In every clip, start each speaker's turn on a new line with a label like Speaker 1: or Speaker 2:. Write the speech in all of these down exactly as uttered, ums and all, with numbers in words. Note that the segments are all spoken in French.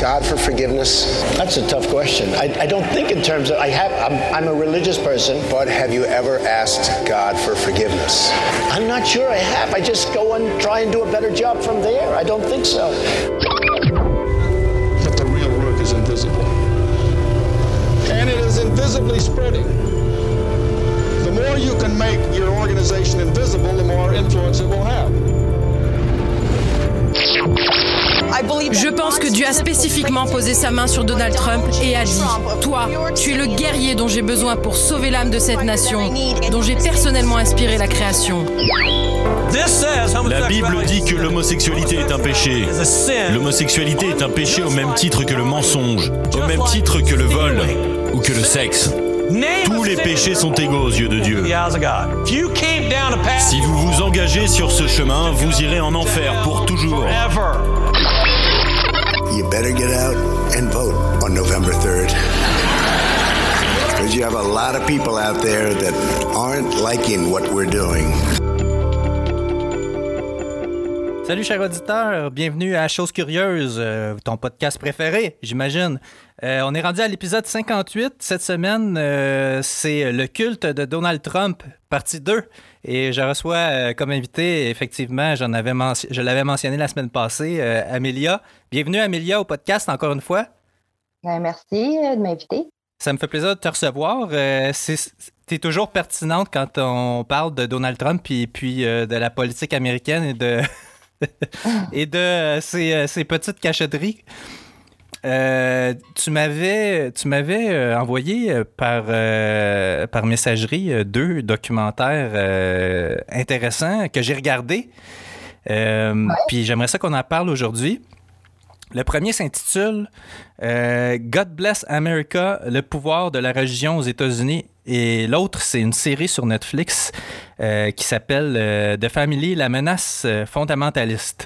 Speaker 1: God for forgiveness?
Speaker 2: That's a tough question. I, I don't think in terms of, I have, I'm, I'm a religious person.
Speaker 1: But have you ever asked God for forgiveness?
Speaker 2: I'm not sure I have. I just go and try and do a better job from there. I don't think so.
Speaker 3: But the real work is invisible. And it is invisibly spreading. The more you can make your organization invisible, the more influence it will have.
Speaker 4: Je pense que Dieu a spécifiquement posé sa main sur Donald Trump et a dit « Toi, tu es le guerrier dont j'ai besoin pour sauver l'âme de cette nation, dont j'ai personnellement inspiré la création. »
Speaker 5: La Bible dit que l'homosexualité est un péché. L'homosexualité est un péché au même titre que le mensonge, au même titre que le vol ou que le sexe. Tous les péchés sont égaux aux yeux de Dieu. Si vous vous engagez sur ce chemin, vous irez en enfer pour toujours.
Speaker 1: You better get out and vote on November third. Because you have a lot of people out there that aren't liking what we're doing.
Speaker 6: Salut chers auditeurs, bienvenue à Chose Curieuse, euh, ton podcast préféré, j'imagine. Euh, on est rendu à l'épisode cinquante-huit. Cette semaine, euh, c'est le culte de Donald Trump, partie deux. Et je reçois euh, comme invité, effectivement, j'en avais mention- je l'avais mentionné la semaine passée, euh, Amélia. Bienvenue Amélia au podcast encore une fois.
Speaker 7: Ben, merci de m'inviter.
Speaker 6: Ça me fait plaisir de te recevoir. Euh, c'est, t'es toujours pertinente quand on parle de Donald Trump et puis euh, de la politique américaine et de... et de euh, ces, euh, ces petites cachotteries. Euh, tu m'avais, tu m'avais euh, envoyé euh, par, euh, par messagerie euh, deux documentaires euh, intéressants que j'ai regardés. Euh,
Speaker 7: ouais.
Speaker 6: Puis j'aimerais ça qu'on en parle aujourd'hui. Le premier s'intitule euh, God Bless America, le pouvoir de la religion aux États-Unis. Et l'autre, c'est une série sur Netflix euh, qui s'appelle euh, The Family, la menace euh, fondamentaliste.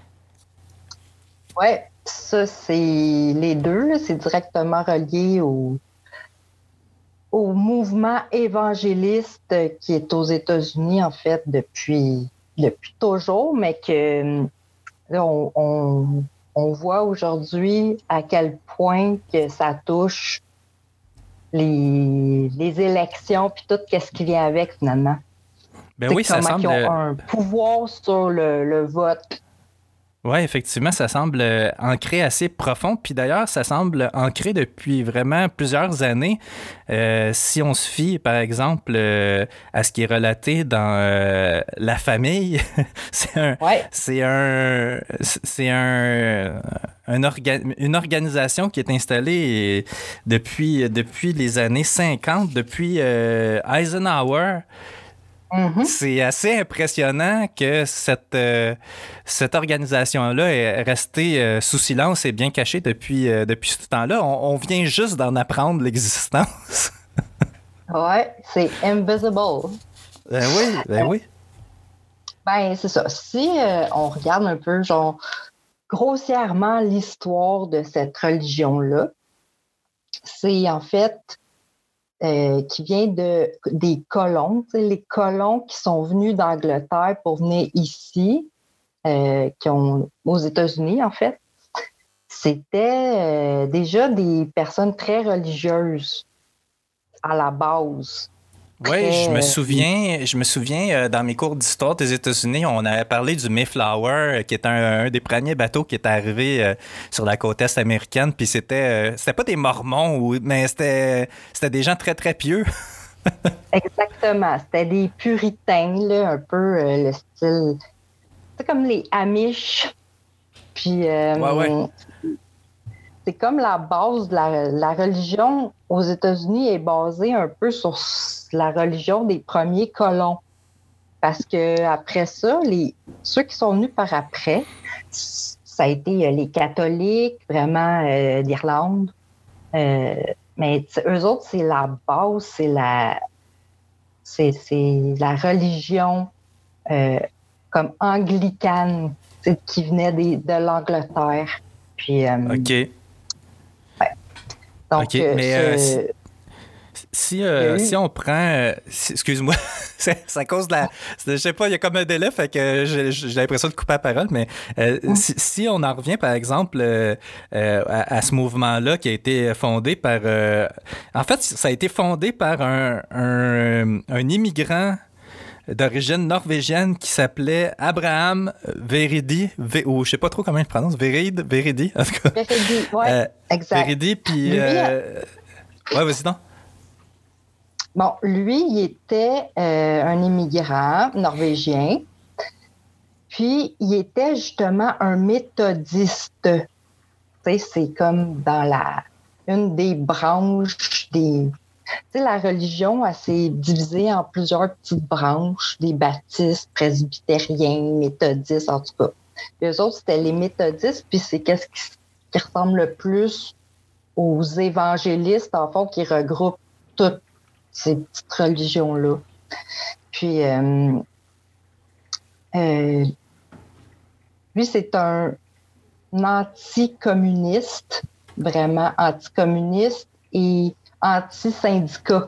Speaker 7: Oui, ça, c'est les deux. Là, c'est directement relié au, au mouvement évangéliste qui est aux États-Unis, en fait, depuis, depuis toujours, mais que là, on, on, on voit aujourd'hui à quel point que ça touche Les, les élections, puis tout ce qui vient avec, finalement.
Speaker 6: Ben oui, ça semble...
Speaker 7: Ils ont un pouvoir sur le, le vote.
Speaker 6: Oui, effectivement, ça semble euh, ancré assez profond. Puis d'ailleurs, ça semble ancré depuis vraiment plusieurs années. Euh, si on se fie, par exemple, euh, à ce qui est relaté dans euh, La Famille, c'est un,
Speaker 7: ouais.
Speaker 6: c'est un, c'est un, un orga- une organisation qui est installée depuis, depuis les années cinquante, depuis euh, Eisenhower. Mm-hmm. C'est assez impressionnant que cette, euh, cette organisation-là est restée euh, sous silence et bien cachée depuis, euh, depuis ce temps-là. On, on vient juste d'en apprendre l'existence.
Speaker 7: Ouais, c'est invisible.
Speaker 6: Ben oui, ben oui.
Speaker 7: Ben, c'est ça. Si euh, on regarde un peu, genre, grossièrement l'histoire de cette religion-là, c'est en fait... Euh, qui vient de, des colons, les colons qui sont venus d'Angleterre pour venir ici, euh, qui ont, aux États-Unis en fait, c'était euh, déjà des personnes très religieuses à la base.
Speaker 6: Oui, je me souviens, je me souviens euh, dans mes cours d'histoire des États-Unis, on avait parlé du Mayflower, euh, qui est un, un des premiers bateaux qui est arrivé euh, sur la côte est américaine. Puis c'était, euh, c'était pas des Mormons, ou, mais c'était, c'était des gens très, très pieux.
Speaker 7: Exactement. C'était des puritains, là, un peu euh, le style... C'est comme les Amish. Puis... Euh,
Speaker 6: ouais, ouais.
Speaker 7: C'est comme la base de la, la religion aux États-Unis est basée un peu sur la religion des premiers colons. Parce que après ça, les, ceux qui sont venus par après, ça a été les catholiques, vraiment euh, d'Irlande. Euh, mais eux autres, c'est la base, c'est la, c'est, c'est la religion euh, comme anglicane qui venait de, de l'Angleterre. Puis, euh,
Speaker 6: OK.
Speaker 7: Donc,
Speaker 6: OK, mais euh, Si, euh, si on prend... Euh, si, excuse-moi, c'est, c'est à cause de la... Je sais pas, il y a comme un délai, fait que j'ai, j'ai l'impression de couper la parole, mais euh, mm. si, si on en revient, par exemple, euh, euh, à, à ce mouvement-là qui a été fondé par... Euh, en fait, ça a été fondé par un, un, un immigrant d'origine norvégienne qui s'appelait Abraham Veridi, v, ou je sais pas trop comment il prononce, Verid, Veridi, en tout cas.
Speaker 7: Veridi, oui, euh, exact.
Speaker 6: Veridi, puis...
Speaker 7: Lui,
Speaker 6: euh, a... ouais, vas-y donc.
Speaker 7: Bon, lui, il était euh, un immigrant norvégien, puis il était justement un méthodiste. Tu sais, c'est comme dans la une des branches des... Tu sais, la religion, elle s'est divisée en plusieurs petites branches, des baptistes, presbytériens, méthodistes, en tout cas. Et eux autres, c'était les méthodistes, puis c'est qu'est-ce qui, qui ressemble le plus aux évangélistes, en fait, qui regroupent toutes ces petites religions-là. Puis, euh, euh, lui, c'est un anticommuniste, vraiment anticommuniste et anti-syndicat.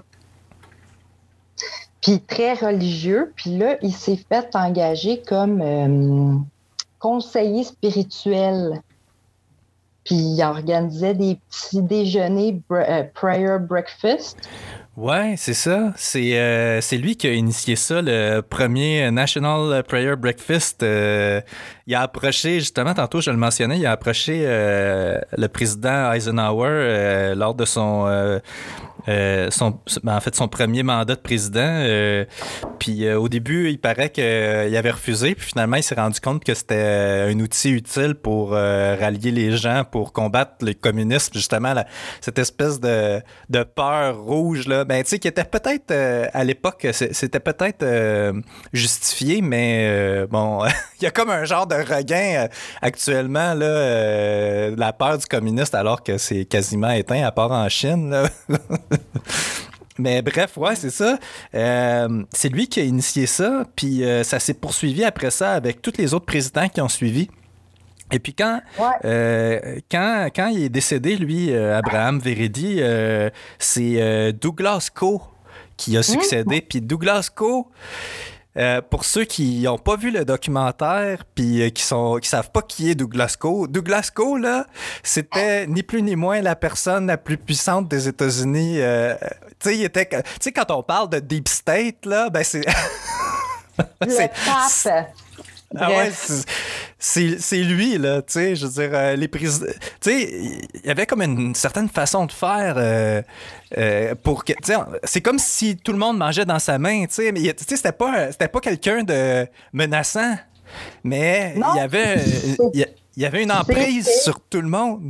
Speaker 7: Puis très religieux. Puis là, il s'est fait engager comme euh, conseiller spirituel. Puis il organisait des petits déjeuners, uh, prayer breakfast.
Speaker 6: Ouais, c'est ça. C'est, euh, c'est lui qui a initié ça, le premier National Prayer Breakfast. Euh, il a approché, justement, tantôt je le mentionnais, il a approché euh, le président Eisenhower euh, lors de son... Euh, Euh, son, en fait, son premier mandat de président. Euh, puis euh, au début, il paraît qu'il euh, avait refusé. Puis finalement, il s'est rendu compte que c'était un outil utile pour euh, rallier les gens, pour combattre le communisme, justement, la, cette espèce de, de peur rouge, là. Ben, tu sais, qui était peut-être, euh, à l'époque, c'était peut-être euh, justifié, mais euh, bon, il y a comme un genre de regain euh, actuellement, là, euh, la peur du communiste, alors que c'est quasiment éteint, à part en Chine, là. Mais bref, ouais, c'est ça. Euh, c'est lui qui a initié ça, puis euh, ça s'est poursuivi après ça avec tous les autres présidents qui ont suivi. Et puis quand, ouais. euh, quand, quand il est décédé, lui, euh, Abraham Veridi, euh, c'est euh, Douglas Coe qui a succédé. Mmh. Puis Douglas Coe, Euh, pour ceux qui n'ont pas vu le documentaire puis euh, qui sont qui savent pas qui est Douglas Coe, Douglas Coe, là, c'était ni plus ni moins la personne la plus puissante des États-Unis. Euh, tu sais, il était, tu sais, quand on parle de Deep State, là, ben c'est...
Speaker 7: le
Speaker 6: c'est,
Speaker 7: pape.
Speaker 6: Ah ouais, c'est, c'est, c'est lui, là, tu sais, je veux dire, euh, les présidents... Tu sais, il y avait comme une certaine façon de faire euh, euh, pour que... Tu sais, c'est comme si tout le monde mangeait dans sa main, tu sais, mais tu sais, c'était pas, c'était pas quelqu'un de menaçant, mais il y avait il y avait une emprise c'était... sur tout le monde.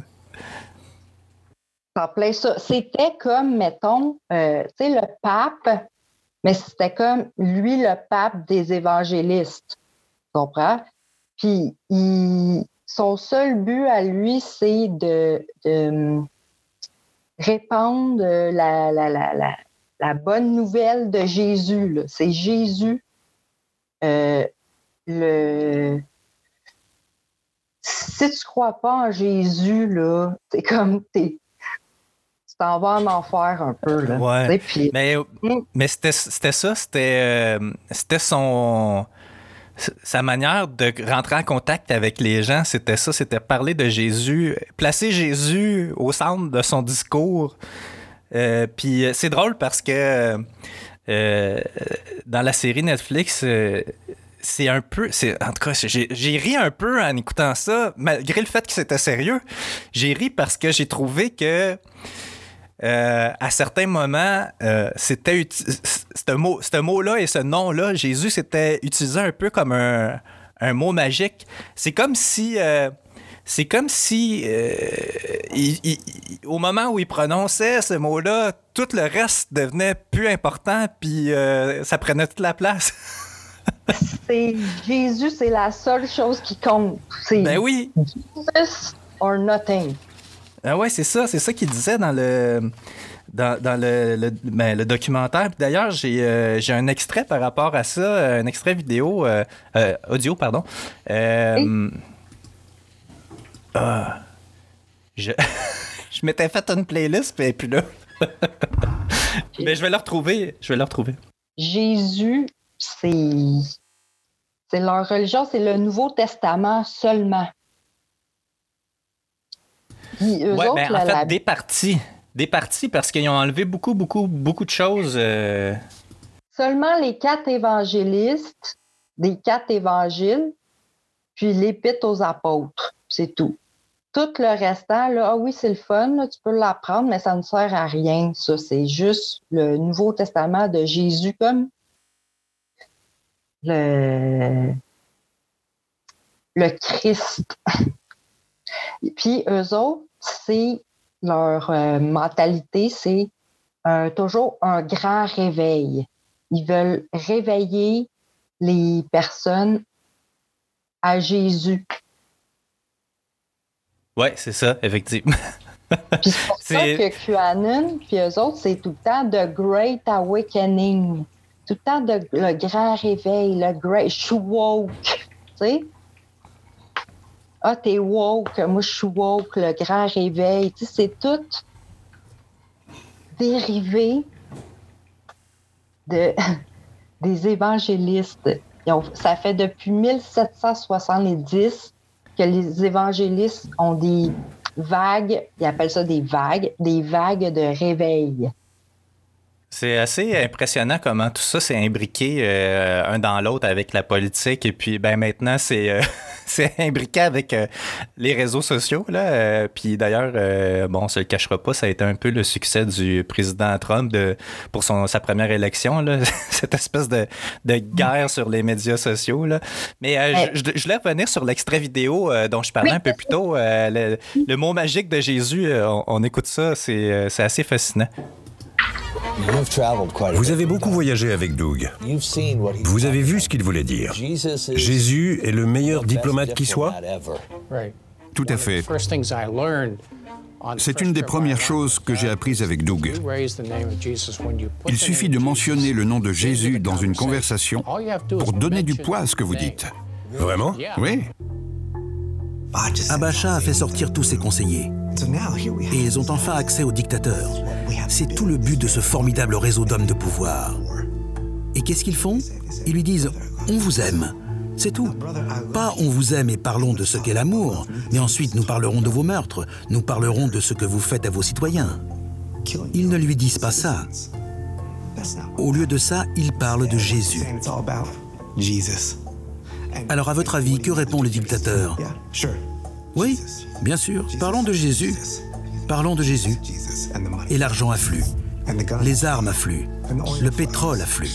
Speaker 7: En plein ça. C'était comme, mettons, euh, tu sais, le pape, mais c'était comme lui, le pape des évangélistes. Tu comprends? Puis, il, son seul but à lui, c'est de, de répandre la, la, la, la, la bonne nouvelle de Jésus. Là. C'est Jésus. Euh, le... Si tu ne crois pas en Jésus, là, c'est comme t'es. Tu t'en vas en enfer un peu. Là.
Speaker 6: Ouais.
Speaker 7: Puis,
Speaker 6: mais mm. mais c'était, c'était ça, c'était, euh, c'était son. Sa manière de rentrer en contact avec les gens, c'était ça, c'était parler de Jésus, placer Jésus au centre de son discours. Euh, puis c'est drôle parce que euh, dans la série Netflix, euh, c'est un peu... C'est, en tout cas, j'ai, j'ai ri un peu en écoutant ça, malgré le fait que c'était sérieux. J'ai ri parce que j'ai trouvé que Euh, à certains moments, euh, c'était uti- ce mot, ce mot-là et ce nom-là, Jésus, c'était utilisé un peu comme un, un mot magique. C'est comme si, euh, c'est comme si, euh, il, il, au moment où il prononçait ce mot-là, tout le reste devenait plus important, puis euh, ça prenait toute la place.
Speaker 7: c'est Jésus, c'est la seule chose qui compte. C'est
Speaker 6: ben oui.
Speaker 7: Jesus or nothing.
Speaker 6: Ah ouais, c'est ça, c'est ça qu'il disait dans le dans, dans le, le, ben, le documentaire. Puis d'ailleurs, j'ai, euh, j'ai un extrait par rapport à ça, un extrait vidéo, euh, euh, audio, pardon. Euh, oui. euh, je, je m'étais fait une playlist, puis puis là. Mais je vais le retrouver. Je vais le retrouver.
Speaker 7: Jésus, c'est, c'est leur religion, c'est le Nouveau Testament seulement. Puis eux
Speaker 6: ouais,
Speaker 7: autres,
Speaker 6: ben,
Speaker 7: la,
Speaker 6: en fait,
Speaker 7: la...
Speaker 6: des parties. Des parties parce qu'ils ont enlevé beaucoup, beaucoup, beaucoup de choses. Euh...
Speaker 7: Seulement les quatre évangélistes, des quatre évangiles, puis l'épître aux apôtres. C'est tout. Tout le restant, là, ah oui, c'est le fun, là, tu peux l'apprendre, mais ça ne sert à rien, ça. C'est juste le Nouveau Testament de Jésus comme le, le Christ. Et puis, eux autres, c'est leur euh, mentalité, c'est euh, toujours un grand réveil. Ils veulent réveiller les personnes à Jésus.
Speaker 6: Oui, c'est ça, effectivement.
Speaker 7: Puis c'est pour c'est... ça que QAnon, puis eux autres, c'est tout le temps The Great Awakening. Tout le temps de, le grand réveil, le great... Je suis woke, tu sais? Ah, t'es woke, moi je suis woke, le grand réveil. Tu sais, c'est tout dérivé de, des évangélistes. Ils ont, ça fait depuis mille sept cent soixante-dix que les évangélistes ont des vagues, ils appellent ça des vagues, des vagues de réveil.
Speaker 6: C'est assez impressionnant comment tout ça s'est imbriqué euh, un dans l'autre avec la politique. Et puis ben maintenant, c'est, euh, c'est imbriqué avec euh, les réseaux sociaux. Là. Euh, puis d'ailleurs, euh, bon, on se le cachera pas, ça a été un peu le succès du président Trump de, pour son, sa première élection. Là. Cette espèce de, de guerre sur les médias sociaux. Là. Mais euh, ouais. je, je, je voulais revenir sur l'extrait vidéo euh, dont je parlais oui. un peu plus tôt. Euh, le, le mot magique de Jésus, euh, on, on écoute ça, c'est, euh, c'est assez fascinant.
Speaker 8: Vous avez beaucoup voyagé avec Doug. Vous avez vu ce qu'il voulait dire. Jésus est le meilleur diplomate qui soit? Tout à fait. C'est une des premières choses que j'ai apprises avec Doug. Il suffit de mentionner le nom de Jésus dans une conversation pour donner du poids à ce que vous dites. Vraiment? Oui.
Speaker 9: Abacha a fait sortir tous ses conseillers. Et ils ont enfin accès au dictateur. C'est tout le but de ce formidable réseau d'hommes de pouvoir. Et qu'est-ce qu'ils font? Ils lui disent « On vous aime ». C'est tout. Pas « On vous aime et parlons de ce qu'est l'amour », mais ensuite nous parlerons de vos meurtres, nous parlerons de ce que vous faites à vos citoyens. Ils ne lui disent pas ça. Au lieu de ça, ils parlent de Jésus. Alors à votre avis, que répond le dictateur? Oui, bien sûr. Parlons de Jésus. Parlons de Jésus. Et l'argent afflue. Les armes affluent. Le pétrole afflue.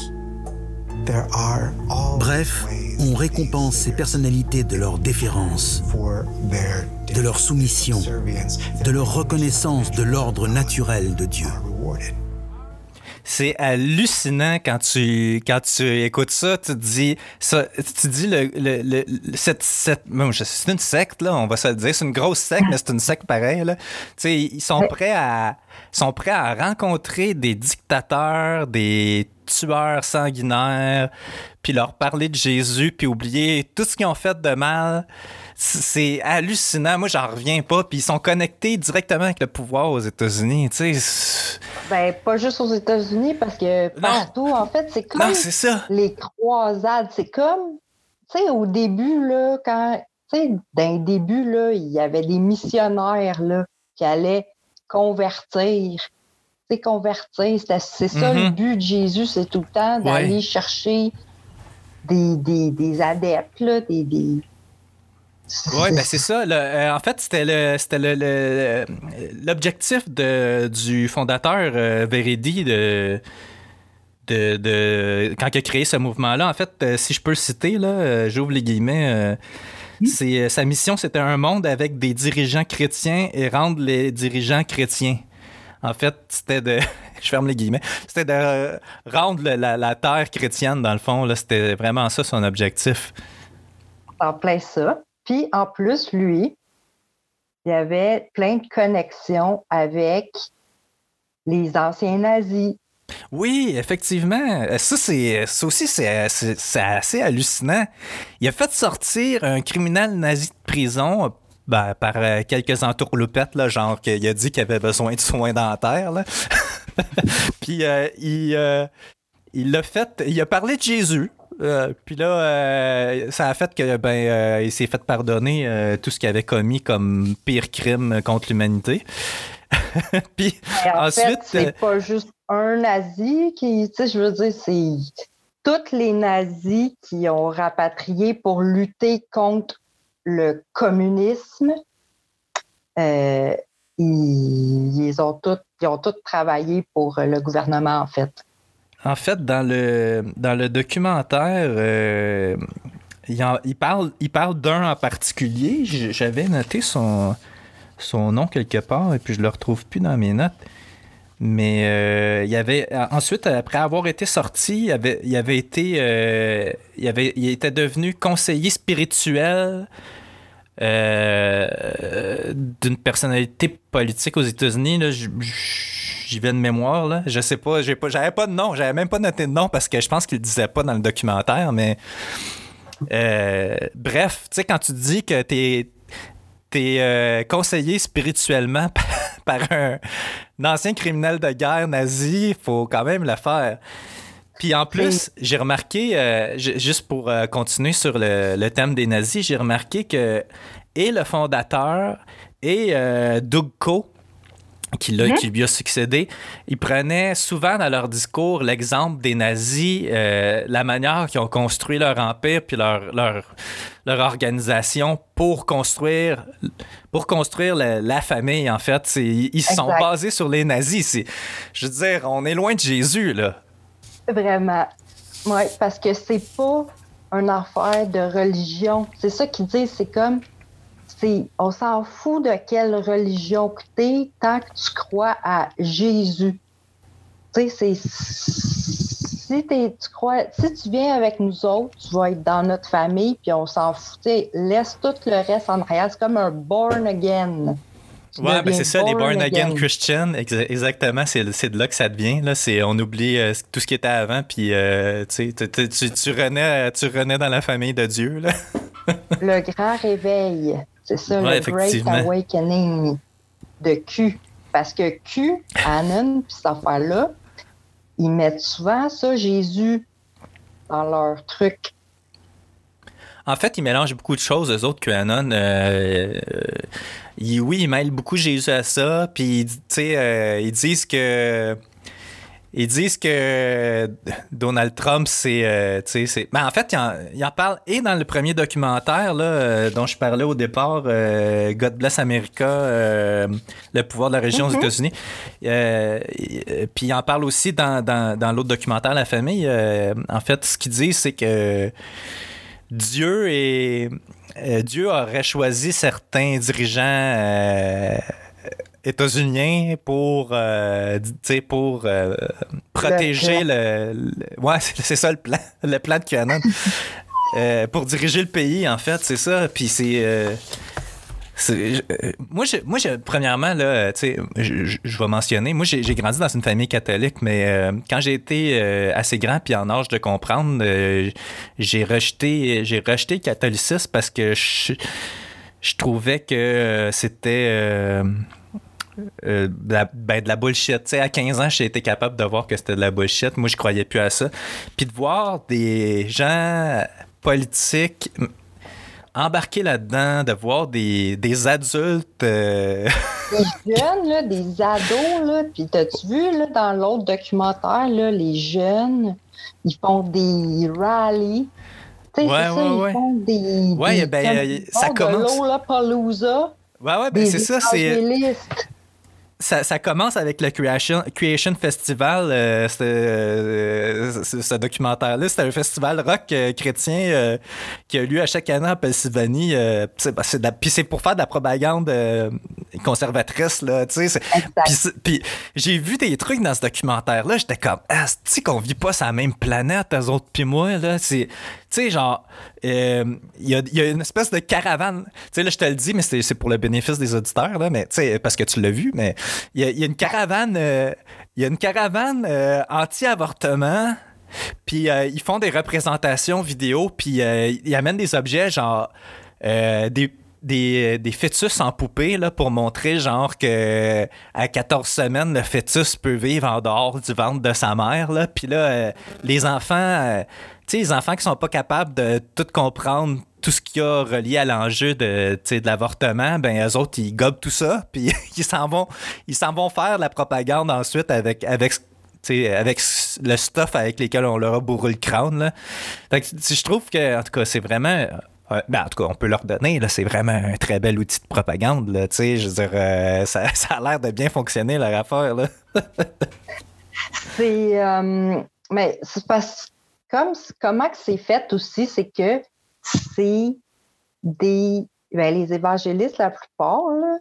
Speaker 9: Bref, on récompense ces personnalités de leur déférence, de leur soumission, de leur reconnaissance de l'ordre naturel de Dieu.
Speaker 6: C'est hallucinant quand tu, quand tu écoutes ça, tu te dis, ça, tu dis le, le, le, cette, cette, c'est une secte, là, on va se le dire, c'est une grosse secte, mais c'est une secte pareille. Là. Tu sais, ils sont prêts à, sont prêts à rencontrer des dictateurs, des tueurs sanguinaires, puis leur parler de Jésus, puis oublier tout ce qu'ils ont fait de mal. C'est hallucinant. Moi, j'en reviens pas. Puis ils sont connectés directement avec le pouvoir aux États-Unis. Tu sais.
Speaker 7: Ben, pas juste aux États-Unis, parce que partout, non. en fait, c'est comme
Speaker 6: non, c'est ça.
Speaker 7: les croisades. C'est comme, tu sais, au début, là, quand, tu sais, dans le début, là, il y avait des missionnaires, là, qui allaient convertir. Tu sais, convertir, c'est, c'est ça mm-hmm. le but de Jésus, c'est tout le temps d'aller ouais. chercher des, des, des adeptes, là, des... des
Speaker 6: Oui, ben c'est ça. Le, euh, en fait, c'était, le, c'était le, le, l'objectif de, du fondateur euh, Veredi de, de, de, quand il a créé ce mouvement-là. En fait, euh, si je peux le citer, là, euh, j'ouvre les guillemets, euh, mmh. c'est, euh, sa mission, c'était un monde avec des dirigeants chrétiens et rendre les dirigeants chrétiens. En fait, c'était de... je ferme les guillemets. C'était de euh, rendre le, la, la terre chrétienne, dans le fond. Là, c'était vraiment ça, son objectif.
Speaker 7: En plein ça. Puis, en plus, lui, il y avait plein de connexions avec les anciens nazis.
Speaker 6: Oui, effectivement. Ça, c'est, ça aussi, c'est, c'est, c'est assez hallucinant. Il a fait sortir un criminel nazi de prison ben, par quelques entourloupettes, là, genre qu'il a dit qu'il avait besoin de soins dentaires. Là. Puis euh, il, euh, il l'a fait, il a parlé de Jésus. Euh, puis là, euh, ça a fait que ben euh, il s'est fait pardonner euh, tout ce qu'il avait commis comme pire crime contre l'humanité. Puis
Speaker 7: en
Speaker 6: ensuite,
Speaker 7: fait, c'est euh, pas juste un nazi qui, tu sais, je veux dire, c'est tous les nazis qui ont rapatrié pour lutter contre le communisme. Euh, ils, ils ont tous, ils ont tous travaillé pour le gouvernement, en fait.
Speaker 6: En fait, dans le, dans le documentaire, euh, il, en, il parle, il parle d'un en particulier. J'avais noté son, son nom quelque part et puis je ne le retrouve plus dans mes notes. Mais euh, il avait ensuite, après avoir été sorti, il avait, il avait été, euh, il avait, il était devenu conseiller spirituel euh, d'une personnalité politique aux États-Unis. Là, je, je, J'y vais de mémoire, là. Je sais pas, j'ai pas, j'avais pas de nom, j'avais même pas noté de nom parce que je pense qu'il le disait pas dans le documentaire, mais euh, bref, tu sais, quand tu dis que t'es, t'es euh, conseillé spirituellement par un, un ancien criminel de guerre nazi, il faut quand même le faire. Puis en plus, j'ai remarqué, euh, juste pour euh, continuer sur le, le thème des nazis, j'ai remarqué que et le fondateur et euh, Doug Coe, Qui, l'a, mmh. qui lui a succédé, ils prenaient souvent dans leur discours l'exemple des nazis, euh, la manière qu'ils ont construit leur empire puis leur, leur, leur organisation pour construire, pour construire la, la famille, en fait. C'est, ils se sont basés sur les nazis. C'est, je veux dire, on est loin de Jésus, là.
Speaker 7: Vraiment. Oui, parce que c'est pas une affaire de religion. C'est ça qu'ils disent, c'est comme... C'est, on s'en fout de quelle religion que t'es tant que tu crois à Jésus. Tu sais, c'est... Si, t'es, tu crois, si tu viens avec nous autres, tu vas être dans notre famille, puis on s'en fout. T'sais, laisse tout le reste en arrière. C'est comme un born again. Tu
Speaker 6: ouais, ben c'est ça, les born again,
Speaker 7: again
Speaker 6: Christian. Exactement, c'est, c'est de là que ça devient. Là. C'est, on oublie euh, tout ce qui était avant, puis euh, tu, tu, tu, tu, renais, tu renais dans la famille de Dieu. Là.
Speaker 7: Le grand réveil. C'est ça, ouais, le Great Awakening de Q. Parce que Q, Anon, puis cette affaire-là, ils mettent souvent ça, Jésus, dans leur truc.
Speaker 6: En fait, ils mélangent beaucoup de choses, eux autres, QAnon. Euh, ils, oui, ils mêlent beaucoup Jésus à ça, puis, tu sais, euh, ils disent que... Ils disent que Donald Trump, c'est... Euh, tu sais, c'est... Ben, en fait, il en, il en parle et dans le premier documentaire là, euh, dont je parlais au départ, euh, God Bless America, euh, le pouvoir de la religion mm-hmm. aux États-Unis. Euh, puis il en parle aussi dans, dans, dans l'autre documentaire, La famille. Euh, en fait, ce qu'ils disent, c'est que Dieu est... Euh, Dieu aurait choisi certains dirigeants... Euh, états-uniens pour, euh, pour euh, protéger le, le, le... Ouais, c'est, c'est ça le plan, le plan de QAnon. euh, pour diriger le pays, en fait, c'est ça. Puis c'est... Euh, c'est euh, moi, je, moi je, premièrement, là, tu sais, je, je vais mentionner, moi, j'ai, j'ai grandi dans une famille catholique, mais euh, quand j'ai été euh, assez grand puis en âge de comprendre, euh, j'ai rejeté, j'ai rejeté le catholicisme parce que je, je trouvais que euh, c'était... Euh, Euh, de, la, ben, de la bullshit. T'sais, à quinze ans, j'ai été capable de voir que c'était de la bullshit. Moi, je croyais plus à ça. Puis de voir des gens politiques embarquer là-dedans, de voir des, des adultes... Euh...
Speaker 7: Des jeunes, là, des ados, là, puis t'as-tu vu, là, dans l'autre documentaire, là, les jeunes, ils font des rallyes. Tu sais,
Speaker 6: ouais,
Speaker 7: c'est
Speaker 6: ouais,
Speaker 7: ça,
Speaker 6: ouais.
Speaker 7: ils font des...
Speaker 6: Ouais,
Speaker 7: des
Speaker 6: ben, euh, ça commence...
Speaker 7: de Lollapalooza.
Speaker 6: Ouais, ouais, ben, c'est ça, c'est... Ça, ça commence avec le Creation, Creation Festival, euh, ce, euh, ce, ce documentaire-là. C'était un festival rock euh, chrétien euh, qui a lieu à chaque année en Pennsylvanie. Euh, c'est, ben, c'est de la, puis c'est pour faire de la propagande euh, conservatrice. Là, c'est, puis, puis j'ai vu des trucs dans ce documentaire-là. J'étais comme, ah, c'est qu'on vit pas sur la même planète, eux autres puis moi. Là, c'est... Tu sais, genre, il euh, y, a, y a une espèce de caravane. Tu sais, là, je te le dis, mais c'est, c'est pour le bénéfice des auditeurs, là, mais tu sais, parce que tu l'as vu, mais il y, y a une caravane, il euh, y a une caravane euh, anti-avortement, puis euh, ils font des représentations vidéo, puis euh, ils amènent des objets, genre, euh, des, des, des fœtus en poupée là, pour montrer genre que à quatorze semaines, le fœtus peut vivre en dehors du ventre de sa mère. Là. Puis là, euh, les enfants, euh, tu sais, les enfants qui sont pas capables de tout comprendre, tout ce qu'il y a relié à l'enjeu de, de l'avortement, ben eux autres, ils gobent tout ça, puis ils s'en vont, ils s'en vont faire la propagande ensuite avec, avec, avec le stuff avec lequel on leur a bourré le crâne. Là. Fait que je trouve que, en tout cas, c'est vraiment... Euh, ben, en tout cas, on peut leur donner, là, c'est vraiment un très bel outil de propagande. Là, je veux dire, euh, ça, ça a l'air de bien fonctionner, leur affaire. Là.
Speaker 7: c'est... Euh, mais c'est parce comme comment que c'est fait aussi, c'est que c'est des... Ben, les évangélistes, la plupart, là,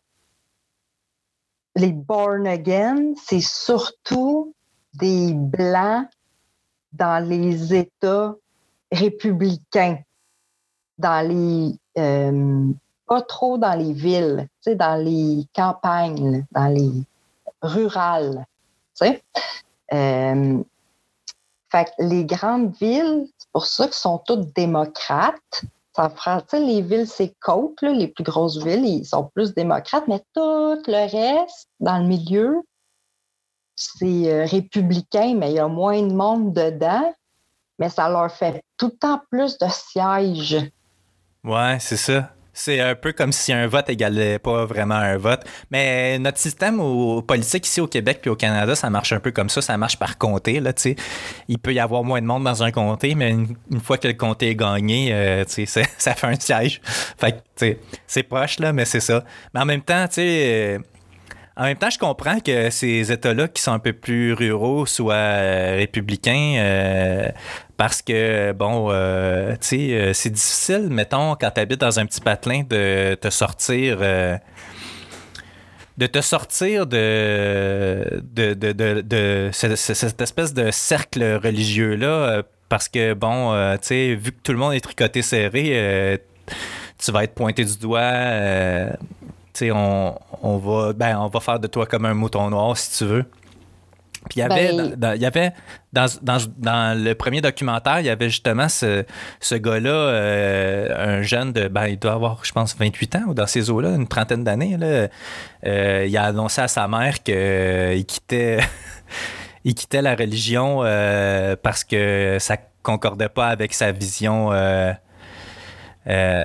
Speaker 7: les born again, c'est surtout des Blancs dans les États républicains. Dans les... Euh, pas trop dans les villes, tu sais, dans les campagnes, dans les rurales, tu sais. Euh, fait que les grandes villes, c'est pour ça qu'elles sont toutes démocrates. Ça prend, tu sais, les villes, c'est côtes, là, les plus grosses villes, ils sont plus démocrates, mais tout le reste, dans le milieu, c'est euh, républicain, mais il y a moins de monde dedans, mais ça leur fait tout le temps plus de sièges.
Speaker 6: Ouais, c'est ça. C'est un peu comme si un vote égalait pas vraiment un vote. Mais notre système au, politique ici au Québec puis au Canada, ça marche un peu comme ça. Ça marche par comté. Là, t'sais. Il peut y avoir moins de monde dans un comté, mais une, une fois que le comté est gagné, euh, t'sais, ça, ça fait un siège. Fait que t'sais, c'est proche, là, mais c'est ça. Mais en même temps, tu sais... Euh, En même temps, je comprends que ces États-là qui sont un peu plus ruraux soient euh, républicains euh, parce que, bon, euh, tu sais, euh, c'est difficile, mettons, quand tu habites dans un petit patelin, de te sortir... Euh, de te sortir de, de, de, de, de cette, cette espèce de cercle religieux-là parce que, bon, euh, tu sais, vu que tout le monde est tricoté serré, euh, tu vas être pointé du doigt... Euh, On, on, va, ben, on va faire de toi comme un mouton noir, si tu veux. Puis il y avait, ben... dans, dans, il y avait dans, dans, dans le premier documentaire, il y avait justement ce, ce gars-là, euh, un jeune de, ben, il doit avoir, je pense, vingt-huit ans ou dans ces eaux-là, une trentaine d'années. Là. Euh, il a annoncé à sa mère qu'il euh, quittait, il quittait la religion euh, parce que ça concordait pas avec sa vision... Euh, euh,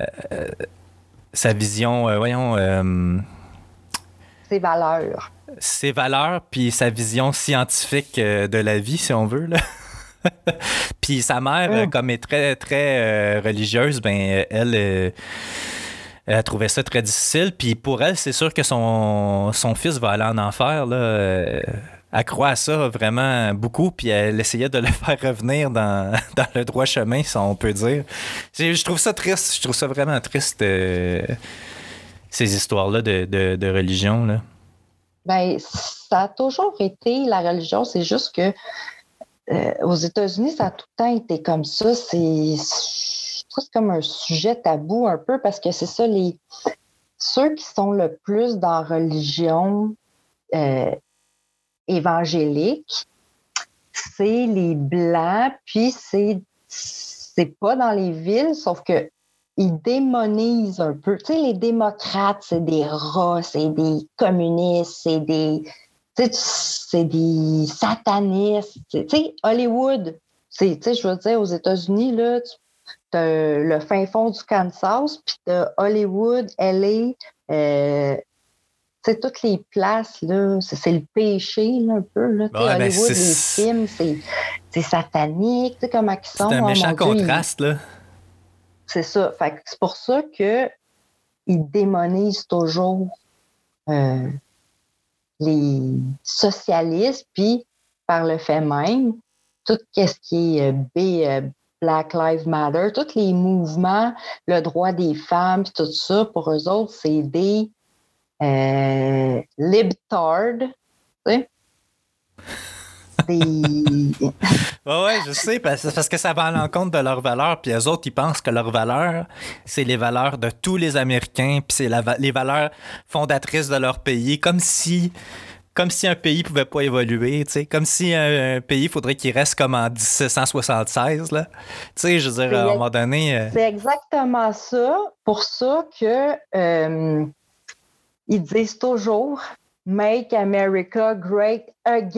Speaker 6: sa vision, euh, voyons... Euh,
Speaker 7: ses valeurs.
Speaker 6: Ses valeurs, puis sa vision scientifique euh, de la vie, si on veut, là. Puis sa mère, mmh. comme est très, très euh, religieuse, ben elle, euh, elle trouvait ça très difficile. Puis pour elle, c'est sûr que son, son fils va aller en enfer, là. Euh, elle croit à ça vraiment beaucoup, puis elle essayait de le faire revenir dans, dans le droit chemin, si on peut dire. Je trouve ça triste, je trouve ça vraiment triste, euh, ces histoires-là de, de, de religion, là.
Speaker 7: Bien, ça a toujours été la religion, c'est juste que euh, aux États-Unis, ça a tout le temps été comme ça. C'est, c'est comme un sujet tabou un peu, parce que c'est ça, les ceux qui sont le plus dans la religion euh, évangélique, c'est les Blancs, puis c'est, c'est pas dans les villes, sauf que ils démonisent un peu. Tu sais, les démocrates, c'est des rats, c'est des communistes, c'est des, tu sais, c'est des satanistes. Tu sais, Hollywood, c'est, tu sais, je veux dire, aux États-Unis, là, tu as le fin fond du Kansas, puis tu as Hollywood, L A, euh, tu sais, toutes les places, là, c'est, c'est le péché, là, un peu. Là. Ouais, Hollywood, ben les films, c'est, c'est satanique, tu sais, comment ils sont.
Speaker 6: C'est un méchant
Speaker 7: oh,
Speaker 6: contraste, Dieu, là.
Speaker 7: C'est ça. Fait que c'est pour ça qu'ils démonisent toujours euh, les socialistes, puis par le fait même, tout ce qui est euh, B, euh, Black Lives Matter, tous les mouvements, le droit des femmes, puis tout ça, pour eux autres, c'est des euh, libtards, tu sais? Des...
Speaker 6: ouais, ouais, je sais, parce, parce que ça va à l'encontre de leurs valeurs, puis eux autres, ils pensent que leurs valeurs, c'est les valeurs de tous les Américains, puis c'est la, les valeurs fondatrices de leur pays, comme si comme si un pays pouvait pas évoluer, tu sais, comme si un, un pays faudrait qu'il reste comme en dix-sept cent soixante-seize, là. Tu sais, je veux dire, c'est à un moment donné... Euh...
Speaker 7: C'est exactement ça, pour ça que euh, ils disent toujours « Make America Great Again »,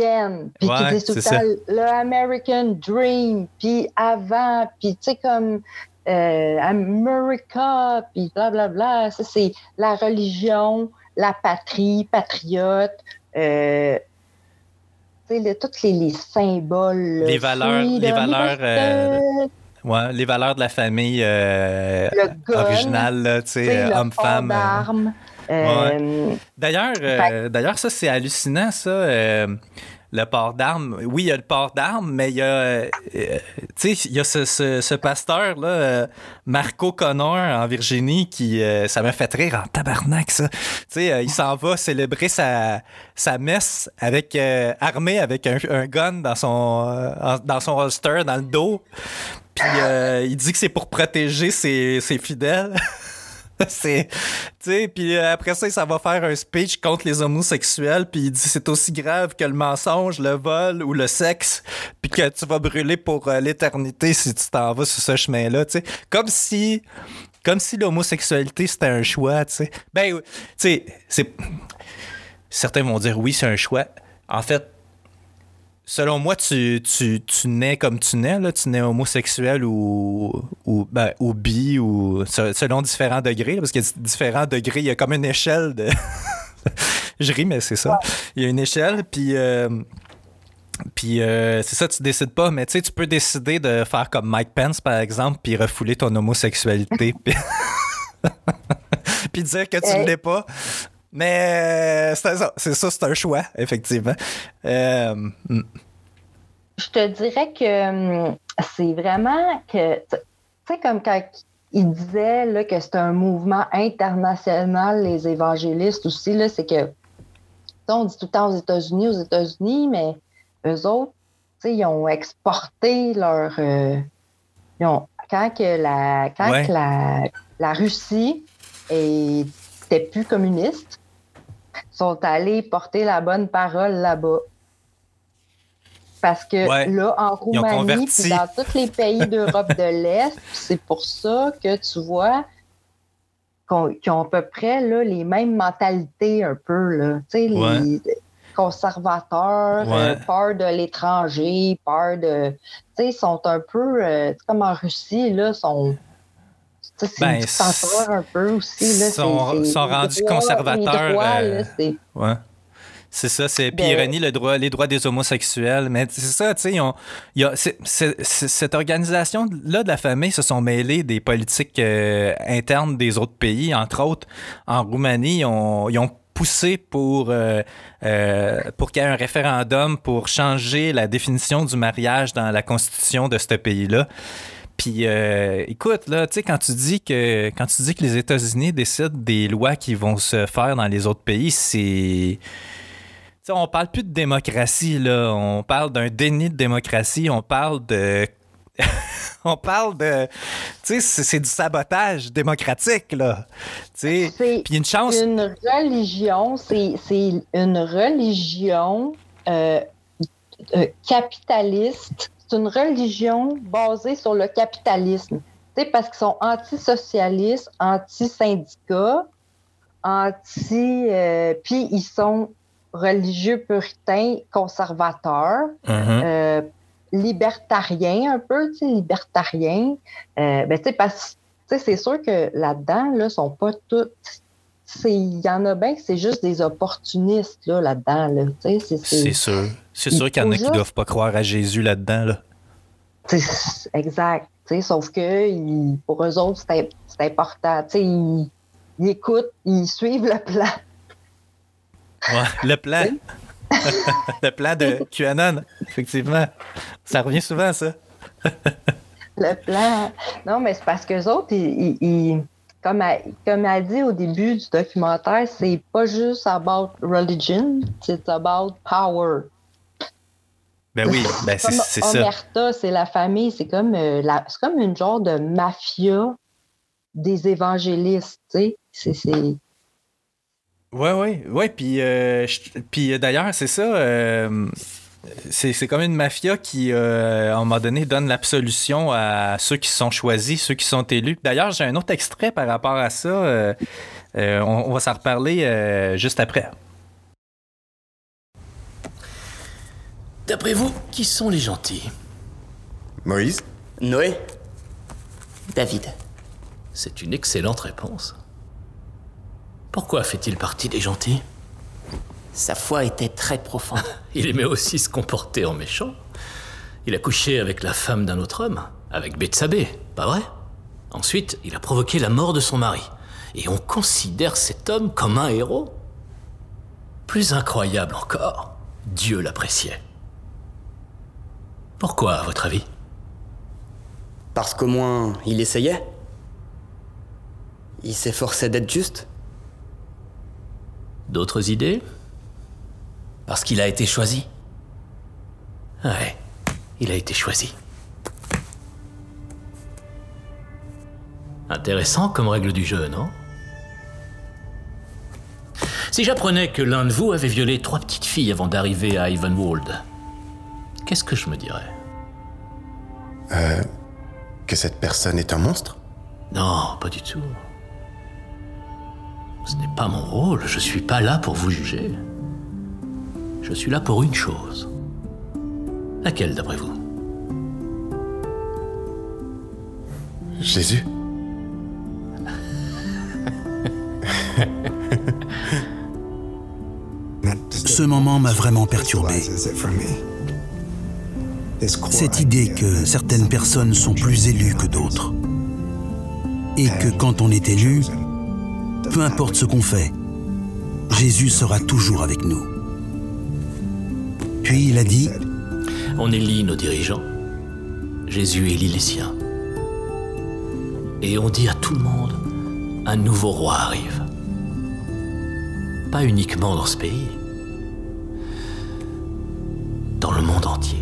Speaker 7: puis
Speaker 6: ouais,
Speaker 7: qu'ils disent tout le temps « le American Dream », puis avant, puis tu sais, comme... Euh, America, puis blablabla. Ça, c'est la religion, la patrie, patriote, euh, tu sais, tous les, les symboles.
Speaker 6: Les valeurs,
Speaker 7: freedom,
Speaker 6: les valeurs, euh, ouais, les valeurs de la famille euh, originale, tu sais, homme-femme.
Speaker 7: Euh,
Speaker 6: ouais. D'ailleurs, euh, d'ailleurs, ça, c'est hallucinant, ça. Euh, Le port d'armes, oui, il y a le port d'armes, mais il y a, euh, tu sais, il y a ce, ce, ce pasteur-là, euh, Marco Connor, en Virginie, qui, euh, ça m'a fait rire en tabarnak, ça. Tu sais, euh, il s'en va célébrer sa, sa messe avec, euh, armé avec un, un gun dans son, euh, dans son holster, dans le dos. Puis euh, il dit que c'est pour protéger ses, ses fidèles. C'est, tu sais, puis après ça, ça va faire un speech contre les homosexuels, puis il dit c'est aussi grave que le mensonge, le vol ou le sexe, puis que tu vas brûler pour euh, l'éternité si tu t'en vas sur ce chemin-là, tu sais. Comme si, comme si l'homosexualité c'était un choix, tu sais. Ben, tu sais, c'est, certains vont dire oui, c'est un choix. En fait, selon moi, tu, tu, tu nais comme tu nais, là. Tu nais homosexuel ou, ou, ben, ou bi, ou selon différents degrés, là, parce qu'il y a différents degrés. Il y a comme une échelle de... Je ris, mais c'est ça. Ouais. Il y a une échelle, puis... Euh, puis euh, c'est ça, tu décides pas, mais tu sais, tu peux décider de faire comme Mike Pence, par exemple, puis refouler ton homosexualité, puis... puis dire que tu ne l'es pas. Mais c'est ça, c'est ça, c'est un choix, effectivement. Euh...
Speaker 7: Je te dirais que c'est vraiment que, tu sais, comme quand il disait là, que c'est un mouvement international, les évangélistes aussi, là, c'est que, on dit tout le temps aux États-Unis, aux États-Unis, mais eux autres, tu sais, ils ont exporté leur... Euh, ils ont, quand que la, quand ouais. que la, la Russie était plus communiste, sont allés porter la bonne parole là-bas. Parce que ouais. là, en Roumanie, puis dans tous les pays d'Europe de l'Est, c'est pour ça que tu vois qu'on, qu'ils ont à peu près là, les mêmes mentalités un peu, là. Tu sais, ouais. les conservateurs, ouais. euh, peur de l'étranger, peur de... Tu sais, ils sont un peu... Euh, comme en Russie, là, sont... Ça, c'est ben, dictateur un peu aussi. Là,
Speaker 6: sont,
Speaker 7: c'est, c'est
Speaker 6: sont rendus droits, conservateurs.
Speaker 7: Droits, euh, là, c'est...
Speaker 6: Ouais. C'est ça, c'est puis ironie, le droit, les droits des homosexuels. Mais c'est ça, tu sais, ils ont, il y a, c'est, c'est, c'est, cette organisation-là de la famille se sont mêlés des politiques euh, internes des autres pays. Entre autres, en Roumanie, ils ont, ils ont poussé pour, euh, euh, pour qu'il y ait un référendum pour changer la définition du mariage dans la constitution de ce pays-là. Puis, euh, écoute, là, tu sais, quand tu dis que quand tu dis que les États-Unis décident des lois qui vont se faire dans les autres pays, c'est... Tu sais, on parle plus de démocratie, là. On parle d'un déni de démocratie. On parle de... on parle de... Tu sais, c'est, c'est du sabotage démocratique, là. Tu sais, puis une chance...
Speaker 7: C'est une religion, c'est, c'est une religion euh, euh, capitaliste. C'est une religion basée sur le capitalisme. Tu sais, parce qu'ils sont antisocialistes, anti-syndicats, anti... Euh, puis ils sont religieux puritains, conservateurs, mm-hmm. euh, libertariens un peu, tu sais, libertariens. Euh, ben, tu sais, parce que c'est sûr que là-dedans, là, sont pas toutes... Il y en a bien que c'est juste des opportunistes là, là-dedans. Là. C'est, c'est,
Speaker 6: c'est sûr. C'est sûr qu'il y en a juste... qui ne doivent pas croire à Jésus là-dedans. Là.
Speaker 7: C'est, exact. T'sais, sauf que ils, pour eux autres, c'est, c'est important. Ils, ils écoutent, ils suivent le plan.
Speaker 6: Ouais, le plan. Le plan de QAnon, effectivement. Ça revient souvent, ça.
Speaker 7: Le plan. Non, mais c'est parce qu'eux autres, ils... ils, ils Comme elle, comme elle dit au début du documentaire, c'est pas juste about religion, c'est about power.
Speaker 6: Ben oui, ben c'est, c'est ça.
Speaker 7: Omerta, c'est la famille, c'est comme, euh, la, c'est comme une genre de mafia des évangélistes, tu sais. C'est, c'est...
Speaker 6: Ouais, ouais, ouais. Puis, euh, puis d'ailleurs, c'est ça. Euh, c'est, c'est comme une mafia qui, euh, à un moment donné, donne l'absolution à ceux qui sont choisis, ceux qui sont élus. D'ailleurs, j'ai un autre extrait par rapport à ça. Euh, euh, on, on va s'en reparler euh, juste après.
Speaker 10: D'après vous, qui sont les gentils?
Speaker 11: Moïse?
Speaker 10: Noé? David? C'est une excellente réponse. Pourquoi fait-il partie des gentils?
Speaker 12: Sa foi était très profonde.
Speaker 10: Il aimait aussi se comporter en méchant. Il a couché avec la femme d'un autre homme, avec Bethsabée, pas vrai? Ensuite, il a provoqué la mort de son mari. Et on considère cet homme comme un héros. Plus incroyable encore, Dieu l'appréciait. Pourquoi, à votre avis?
Speaker 12: Parce qu'au moins, il essayait. Il s'efforçait d'être juste.
Speaker 10: D'autres idées?
Speaker 12: Parce qu'il a été choisi.
Speaker 10: Ouais, il a été choisi. Intéressant comme règle du jeu, non? Si j'apprenais que l'un de vous avait violé trois petites filles avant d'arriver à Ivanwald, qu'est-ce que je me dirais?
Speaker 11: Euh... Que cette personne est un monstre?
Speaker 10: Non, pas du tout. Ce n'est pas mon rôle, je suis pas là pour vous juger. Je suis là pour une chose. Laquelle, d'après vous?
Speaker 11: Jésus.
Speaker 9: Ce moment m'a vraiment perturbé. Cette idée que certaines personnes sont plus élues que d'autres. Et que quand on est élu, peu importe ce qu'on fait, Jésus sera toujours avec nous. Puis il a dit,
Speaker 10: on élit nos dirigeants, Jésus élit les siens. Et on dit à tout le monde, un nouveau roi arrive. Pas uniquement dans ce pays, dans le monde entier.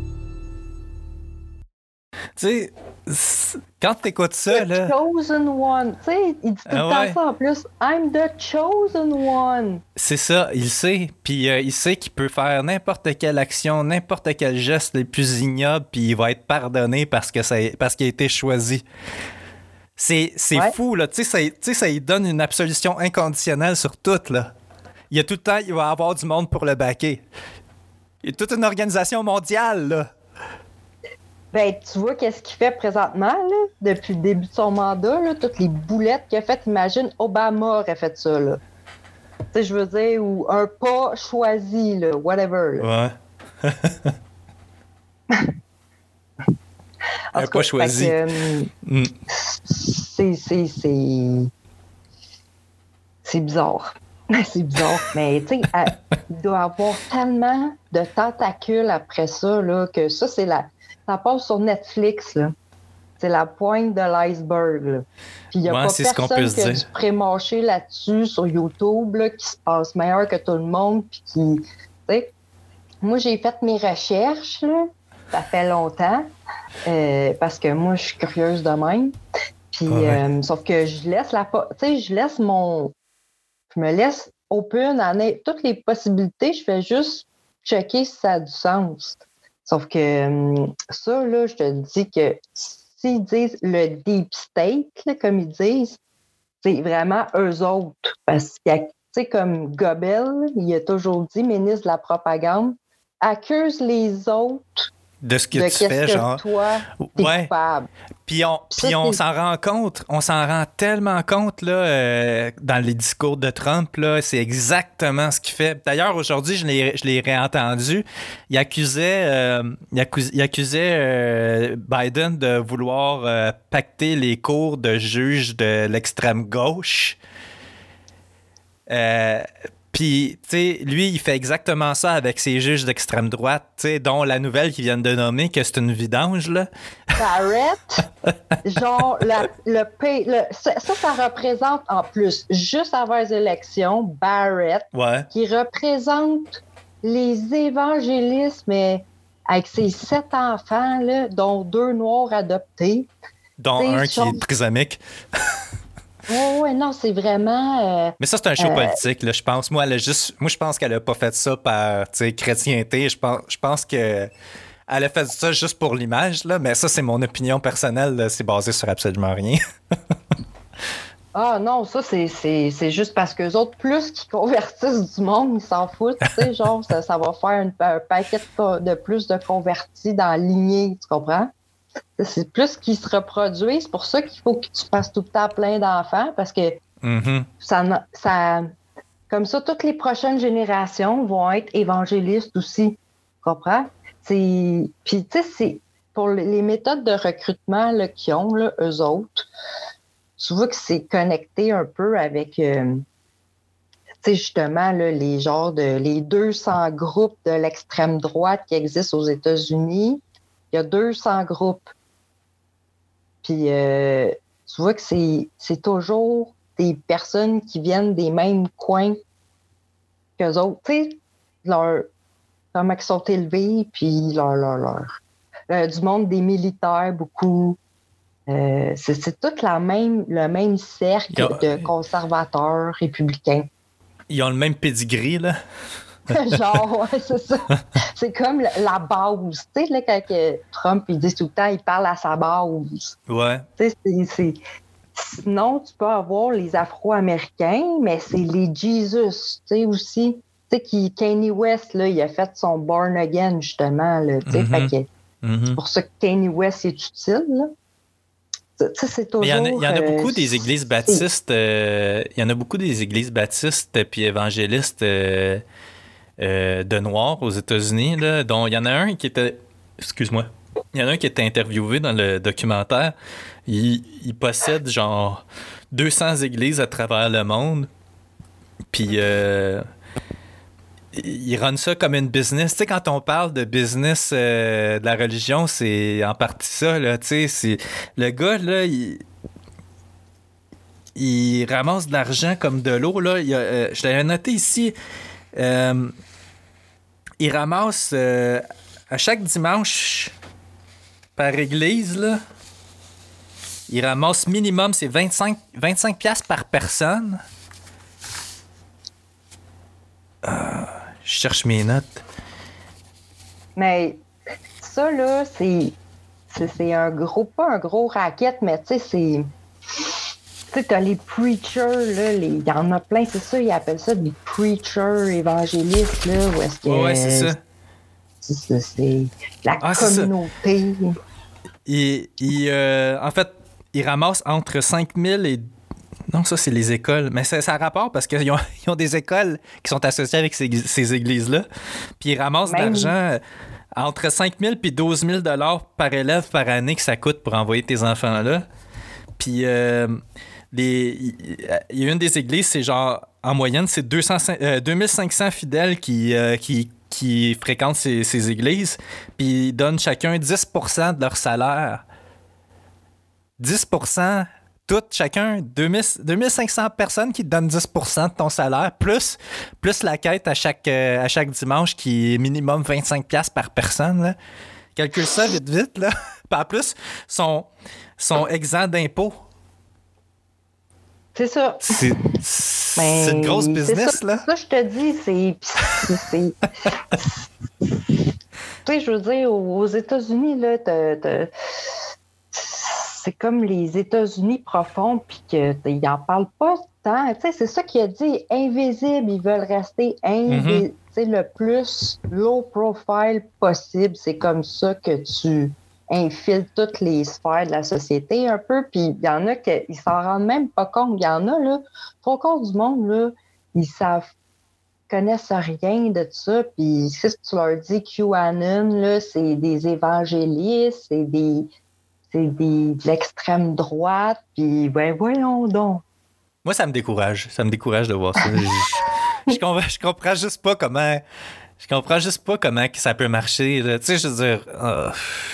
Speaker 6: Tu sais, quand t'écoutes ça,
Speaker 7: the
Speaker 6: là...
Speaker 7: chosen one. Tu sais, il dit tout le
Speaker 6: ah ouais.
Speaker 7: temps ça en plus. I'm the chosen one.
Speaker 6: C'est ça, il sait. Puis euh, il sait qu'il peut faire n'importe quelle action, n'importe quel geste les plus ignobles, puis il va être pardonné parce, que ça, parce qu'il a été choisi. C'est, c'est ouais. fou, là. Tu sais, ça, tu sais, ça lui donne une absolution inconditionnelle sur tout, là. Il y a tout le temps, il va avoir du monde pour le backer. Il y a toute une organisation mondiale, là.
Speaker 7: Ben, tu vois qu'est-ce qu'il fait présentement, là, depuis le début de son mandat, là, toutes les boulettes qu'il a faites. Imagine, Obama aurait fait ça, là. Tu sais, je veux dire, ou un pas choisi, là, whatever. Là.
Speaker 6: Ouais. un pas choisi.
Speaker 7: Que, euh, mm. c'est, c'est, c'est... c'est bizarre. C'est bizarre, mais tu sais, il doit y avoir tellement de tentacules après ça, là, que ça, c'est la... Ça passe sur Netflix, là. C'est la pointe de l'iceberg, là. Puis il n'y a
Speaker 6: ouais,
Speaker 7: pas
Speaker 6: c'est
Speaker 7: personne
Speaker 6: ce qu'on peut
Speaker 7: qui a
Speaker 6: dire.
Speaker 7: du pré-mâché là-dessus sur YouTube, là, qui se passe meilleur que tout le monde, puis qui... Tu sais, moi, j'ai fait mes recherches, là. Ça fait longtemps, euh, parce que moi, je suis curieuse de même. Puis, ouais. euh, sauf que je laisse la... Tu sais, je laisse mon... Je me laisse open à toutes les possibilités. Je fais juste checker si ça a du sens. Sauf que ça, là, je te dis que s'ils disent le deep state, là, comme ils disent, c'est vraiment eux autres. Parce que, tu sais, comme Goebbels, il a toujours dit, ministre de la propagande, accuse les autres
Speaker 6: de ce que
Speaker 7: de
Speaker 6: tu fais,
Speaker 7: que
Speaker 6: genre.
Speaker 7: Toi, t'es
Speaker 6: ouais.
Speaker 7: coupable.
Speaker 6: Puis on,
Speaker 7: ça,
Speaker 6: puis on s'en rend compte, on s'en rend tellement compte là, euh, dans les discours de Trump, là, c'est exactement ce qu'il fait. D'ailleurs, aujourd'hui, je l'ai, je l'ai réentendu. Il accusait, euh, il accusait, il accusait euh, Biden de vouloir euh, pacter les cours de juges de l'extrême gauche. Euh, Puis, tu sais, lui, il fait exactement ça avec ses juges d'extrême droite, tu sais, dont la nouvelle qu'ils viennent de nommer, que c'est une vidange, là.
Speaker 7: Barrett, genre, la, le, le, ça, ça représente, en plus, juste avant les élections, Barrett,
Speaker 6: ouais.
Speaker 7: qui représente les évangélistes, mais avec ses sept enfants, là, dont deux noirs adoptés.
Speaker 6: Dont un qui est trisomique.
Speaker 7: Oh, ouais, non, c'est vraiment. Euh,
Speaker 6: Mais ça, c'est un show
Speaker 7: euh,
Speaker 6: politique, là, je pense. Moi, elle a juste, moi, je pense qu'elle a pas fait ça par chrétienté. Je pense, je pense que. Elle a fait ça juste pour l'image, là, mais ça, c'est mon opinion personnelle. Là, c'est basé sur absolument rien.
Speaker 7: Ah non, ça, c'est, c'est, c'est juste parce qu'eux autres, plus qu'ils convertissent du monde, ils s'en foutent. Tu sais, genre, ça, ça va faire une, un paquet de, de plus de convertis dans la lignée, tu comprends? C'est plus qu'ils se reproduisent. C'est pour ça qu'il faut que tu fasses tout le temps plein d'enfants, parce que
Speaker 6: mm-hmm.
Speaker 7: ça, ça, comme ça, toutes les prochaines générations vont être évangélistes aussi. Tu comprends? C'est, puis, tu sais, c'est pour les méthodes de recrutement là, qu'ils ont, là, eux autres, tu vois que c'est connecté un peu avec, euh, tu sais, justement, là, les genres de, les deux cents groupes de l'extrême droite qui existent aux États-Unis. Il y a deux cents groupes. Puis, euh, tu vois que c'est, c'est toujours des personnes qui viennent des mêmes coins qu'eux autres. Tu sais, leur, comment ils sont élevés, puis leur, leur, leur, euh, du monde des militaires, beaucoup. Euh, c'est, c'est tout la même, le même cercle a, de conservateurs républicains.
Speaker 6: Ils ont le même pedigree, là.
Speaker 7: Genre, ouais, c'est ça. C'est comme la, la base. Tu sais, là, quand que Trump, il dit tout le temps, il parle à sa base.
Speaker 6: Ouais.
Speaker 7: Tu sais, c'est, c'est... Sinon, tu peux avoir les Afro-Américains, mais c'est les Jesus, tu sais, aussi. Tu sais, qui, Kanye West, là, il a fait son Born Again, justement, là, tu sais,
Speaker 6: mm-hmm.
Speaker 7: fait que
Speaker 6: mm-hmm.
Speaker 7: c'est pour ça que Kanye West est utile, là. Ça, c'est toujours,
Speaker 6: il y en a, il y en a
Speaker 7: euh,
Speaker 6: beaucoup des églises baptistes, euh, il y en a beaucoup des églises baptistes puis évangélistes euh, euh, de Noirs aux États-Unis, là, dont il y en a un qui était, excuse-moi, il y en a un qui était interviewé dans le documentaire. Il, il possède genre deux cents églises à travers le monde, puis euh, il run ça comme une business. Tu sais, quand on parle de business euh, de la religion, c'est en partie ça, là. Tu sais, c'est... Le gars, là, il... il ramasse de l'argent comme de l'eau, là. Il a, euh, je l'avais noté ici. Euh, il ramasse euh, à chaque dimanche par église, là. Il ramasse minimum, c'est vingt-cinq, vingt-cinq piastres par personne. Euh, je cherche mes notes.
Speaker 7: Mais ça, là, c'est, c'est, c'est un gros, pas un gros racket, mais tu sais, c'est. Tu sais, t'as les preachers, là, les, il y en a plein, c'est ça, ils appellent ça des preachers évangélistes, là, où est-ce que.
Speaker 6: Ouais, c'est ça.
Speaker 7: C'est, c'est, c'est la
Speaker 6: ah,
Speaker 7: communauté.
Speaker 6: C'est il, il, euh, en fait, ils ramassent entre cinq mille et. Non, ça, c'est les écoles. Mais ça, ça a rapport parce qu'ils ont, ils ont des écoles qui sont associées avec ces, ces églises-là. Puis ils ramassent
Speaker 7: Même...
Speaker 6: de l'argent entre cinq mille et douze mille dollars par élève par année que ça coûte pour envoyer tes enfants là. Puis euh, les, il y a une des églises, c'est genre, en moyenne, c'est deux cents, euh, deux mille cinq cents fidèles qui, euh, qui, qui fréquentent ces, ces églises. Puis ils donnent chacun dix pour cent de leur salaire. dix pour cent Tout, chacun, deux mille cinq cents personnes qui te donnent dix pour cent de ton salaire, plus, plus la quête à chaque, euh, à chaque dimanche qui est minimum vingt-cinq piastres par personne. Là. Calcule ça vite, vite. Là. Puis en plus, sont, sont exempts d'impôts.
Speaker 7: C'est ça.
Speaker 6: C'est, c'est ben, une grosse business,
Speaker 7: ça,
Speaker 6: là.
Speaker 7: Ça, je te dis, c'est... c'est tu sais, je veux dire, aux États-Unis, là, t'as... t'as c'est comme les États-Unis profonds, puis qu'ils n'en parlent pas tant. Tu sais, c'est ça qu'il a dit, invisible. Ils veulent rester invi- mm-hmm. le plus low profile possible. C'est comme ça que tu infiles toutes les sphères de la société un peu. Puis il y en a qui ne s'en rendent même pas compte. Il y en a, là, trois quarts du monde, là, ils savent, connaissent rien de ça. Puis si tu leur dis QAnon, là, c'est des évangélistes, c'est des... c'est des, de l'extrême droite, puis ben voyons donc.
Speaker 6: Moi, ça me décourage. Ça me décourage de voir ça. je, je, comprends, je comprends juste pas comment... Je comprends juste pas comment ça peut marcher. Tu sais, je veux dire... Oh.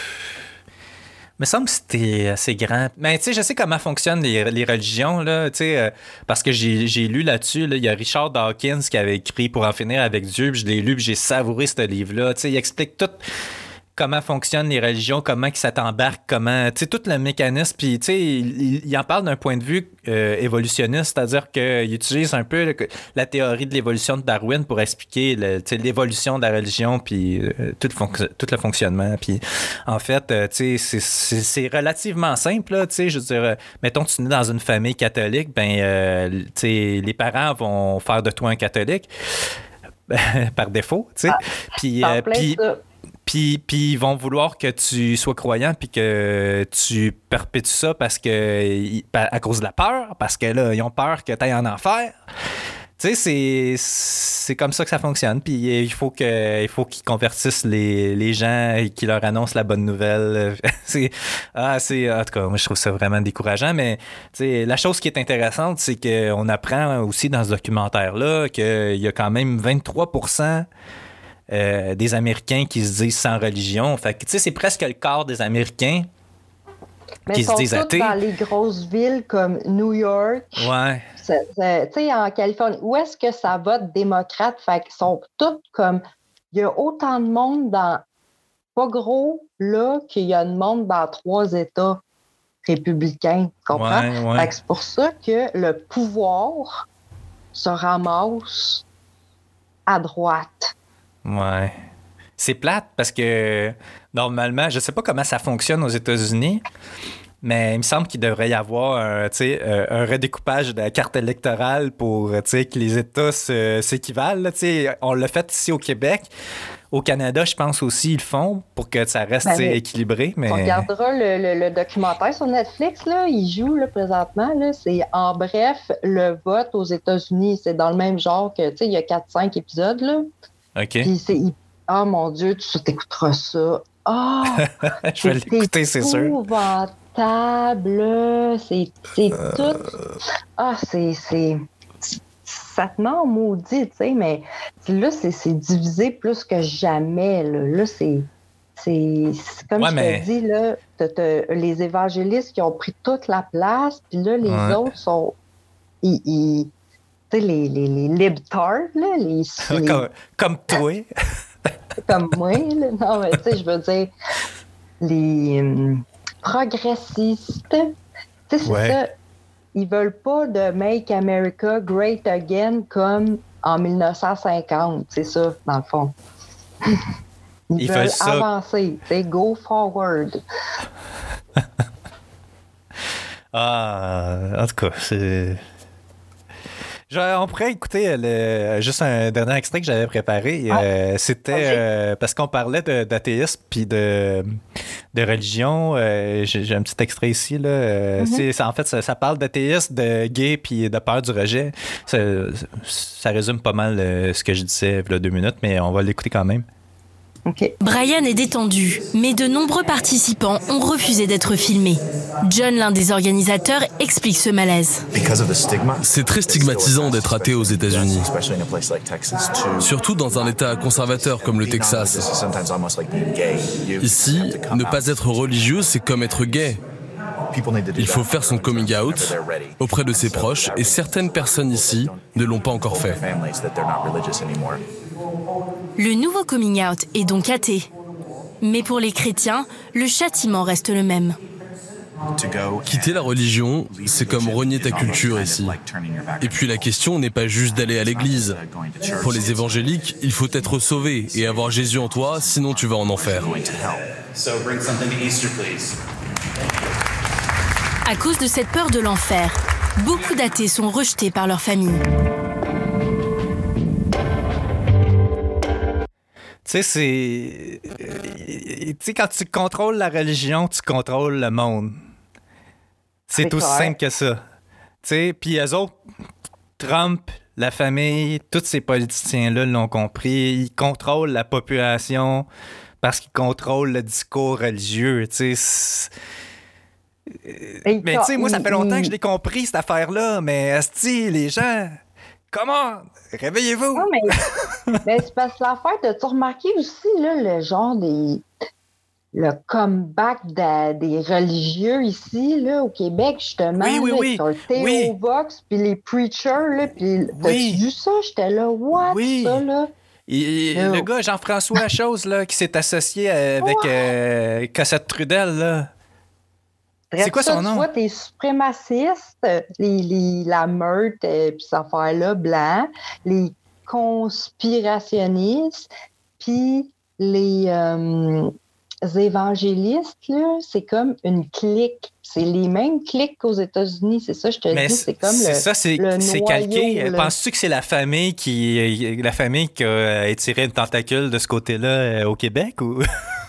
Speaker 6: Il me semble que c'était assez grand. Mais tu sais, je sais comment fonctionnent les, les religions, là, tu sais, euh, parce que j'ai, j'ai lu là-dessus, là, il y a Richard Dawkins qui avait écrit Pour en finir avec Dieu, puis je l'ai lu, puis j'ai savouré ce livre-là. Tu sais, il explique tout... comment fonctionnent les religions, comment que ça t'embarque, comment, tu sais, tout le mécanisme. Puis, tu sais, il, il en parle d'un point de vue euh, évolutionniste, c'est-à-dire qu'il utilise un peu le, la théorie de l'évolution de Darwin pour expliquer le, tu sais, l'évolution de la religion, puis euh, tout, le fonc- tout le fonctionnement. Puis, en fait, euh, tu sais, c'est, c'est, c'est relativement simple, là, tu sais, je veux dire, euh, mettons que tu nais dans une famille catholique, ben, euh, tu sais, les parents vont faire de toi un catholique par défaut, tu sais.
Speaker 7: Ah,
Speaker 6: puis, euh, puis Puis, puis ils vont vouloir que tu sois croyant puis que tu perpétues ça parce que à cause de la peur, parce que là, ils ont peur que tu ailles en enfer. Tu sais, c'est, c'est comme ça que ça fonctionne. Puis il faut, que, il faut qu'ils convertissent les, les gens et qu'ils leur annoncent la bonne nouvelle. c'est, ah, c'est, en tout cas, moi, je trouve ça vraiment décourageant. Mais tu sais, la chose qui est intéressante, c'est qu'on apprend aussi dans ce documentaire-là qu'il y a quand même vingt-trois pour cent Euh, des Américains qui se disent sans religion. Fait que, tu sais, c'est presque le quart des Américains
Speaker 7: mais
Speaker 6: qui se disent athées.
Speaker 7: Dans les grosses villes comme New York,
Speaker 6: ouais.
Speaker 7: tu sais, en Californie, où est-ce que ça vote démocrate? Fait qu'ils sont tous comme... Il y a autant de monde dans... Pas gros, là, qu'il y a de monde dans trois États républicains, tu comprends?
Speaker 6: Ouais, ouais.
Speaker 7: Fait que c'est pour ça que le pouvoir se ramasse à droite.
Speaker 6: Ouais. C'est plate parce que normalement, je sais pas comment ça fonctionne aux États-Unis, mais il me semble qu'il devrait y avoir un, tu sais, un redécoupage de la carte électorale pour, tu sais, que les États se, s'équivalent. Tu sais, on l'a fait ici au Québec. Au Canada, je pense aussi, ils le font pour que ça reste ben, équilibré. Mais...
Speaker 7: On regardera le, le, le documentaire sur Netflix, là, il joue là, présentement. Là, c'est en bref le vote aux États-Unis. C'est dans le même genre que, tu sais, il y a quatre cinq épisodes. Là.
Speaker 6: OK.
Speaker 7: Puis c'est... Ah, oh, mon Dieu, tu t'écouteras ça. Ah! Oh,
Speaker 6: je vais l'écouter, c'est sûr.
Speaker 7: C'est épouvantable. C'est, c'est euh... tout... Ah, c'est... c'est... Ça te met en maudit, tu sais, mais là, c'est, c'est divisé plus que jamais. Là, là c'est, c'est, c'est comme ouais, je mais... te dis, là, t'as, t'as les évangélistes qui ont pris toute la place, puis là, les ouais. autres sont... Ils... ils tu sais, les, les, les libtards, là, les... les...
Speaker 6: comme, comme toi.
Speaker 7: Comme moi, là. Non, mais tu sais, je veux dire, les euh, progressistes, tu sais, c'est ouais. ça. Ils veulent pas de Make America Great Again comme en dix-neuf cent cinquante, c'est ça, dans le fond. Ils, Ils veulent avancer, tu sais, go forward.
Speaker 6: Ah, en tout cas, c'est... Genre, on pourrait écouter le, juste un dernier extrait que j'avais préparé. Ah, euh, c'était okay. euh, parce qu'on parlait de, d'athéisme puis de, de religion. Euh, j'ai, j'ai un petit extrait ici. Là. Euh, mm-hmm. c'est, c'est, en fait, ça, ça parle d'athéisme, de gay puis de peur du rejet. Ça, ça résume pas mal euh, ce que je disais il y a deux minutes, mais on va l'écouter quand même.
Speaker 7: Okay.
Speaker 13: Brian est détendu, mais de nombreux participants ont refusé d'être filmés. John, l'un des organisateurs, explique ce malaise.
Speaker 14: C'est très stigmatisant d'être athée aux États-Unis, surtout dans un État conservateur comme le Texas. Ici, ne pas être religieux, c'est comme être gay. Il faut faire son coming out auprès de ses proches et certaines personnes ici ne l'ont pas encore fait.
Speaker 13: Le nouveau coming out est donc athée. Mais pour les chrétiens, le châtiment reste le même.
Speaker 14: Quitter la religion, c'est comme renier ta culture ici. Et puis la question n'est pas juste d'aller à l'église. Pour les évangéliques, il faut être sauvé et avoir Jésus en toi, sinon tu vas en enfer.
Speaker 13: À cause de cette peur de l'enfer, beaucoup d'athées sont rejetés par leur famille.
Speaker 6: Tu sais, c'est... Tu sais, quand tu contrôles la religion, tu contrôles le monde. C'est, c'est aussi simple que ça. Tu sais, puis eux autres, Trump, la famille, tous ces politiciens-là l'ont compris. Ils contrôlent la population parce qu'ils contrôlent le discours religieux. Tu sais, mais tu sais, moi, ça fait longtemps que je l'ai compris, cette affaire-là. Mais asti, les gens... Comment? Réveillez-vous!
Speaker 7: Non, mais, mais c'est parce que l'affaire, t'as-tu remarqué aussi là, le genre des. Le comeback de, des religieux ici, là, au Québec, justement.
Speaker 6: Oui, oui,
Speaker 7: là,
Speaker 6: oui.
Speaker 7: Sur le Théo
Speaker 6: oui.
Speaker 7: Vox, puis les preachers, là, puis
Speaker 6: oui.
Speaker 7: t'as-tu vu ça? J'étais là, what,
Speaker 6: oui.
Speaker 7: ça, là?
Speaker 6: Il, oh. Le gars, Jean-François Chose, là, qui s'est associé avec euh, Cossette Trudel, là. C'est quoi son nom?
Speaker 7: Tu vois, t'es suprémacistes, les, les, la meute, euh, puis cette affaire-là, blanc, les conspirationnistes, puis les, euh, les évangélistes, là, c'est comme une clique. C'est les mêmes cliques qu'aux États-Unis, c'est ça, je te
Speaker 6: Mais
Speaker 7: dis. C'est comme
Speaker 6: c'est
Speaker 7: le,
Speaker 6: ça, c'est,
Speaker 7: le
Speaker 6: c'est
Speaker 7: noyau,
Speaker 6: calqué.
Speaker 7: là.
Speaker 6: Penses-tu que c'est la famille qui, la famille qui a étiré une tentacule de ce côté-là euh, au Québec ou...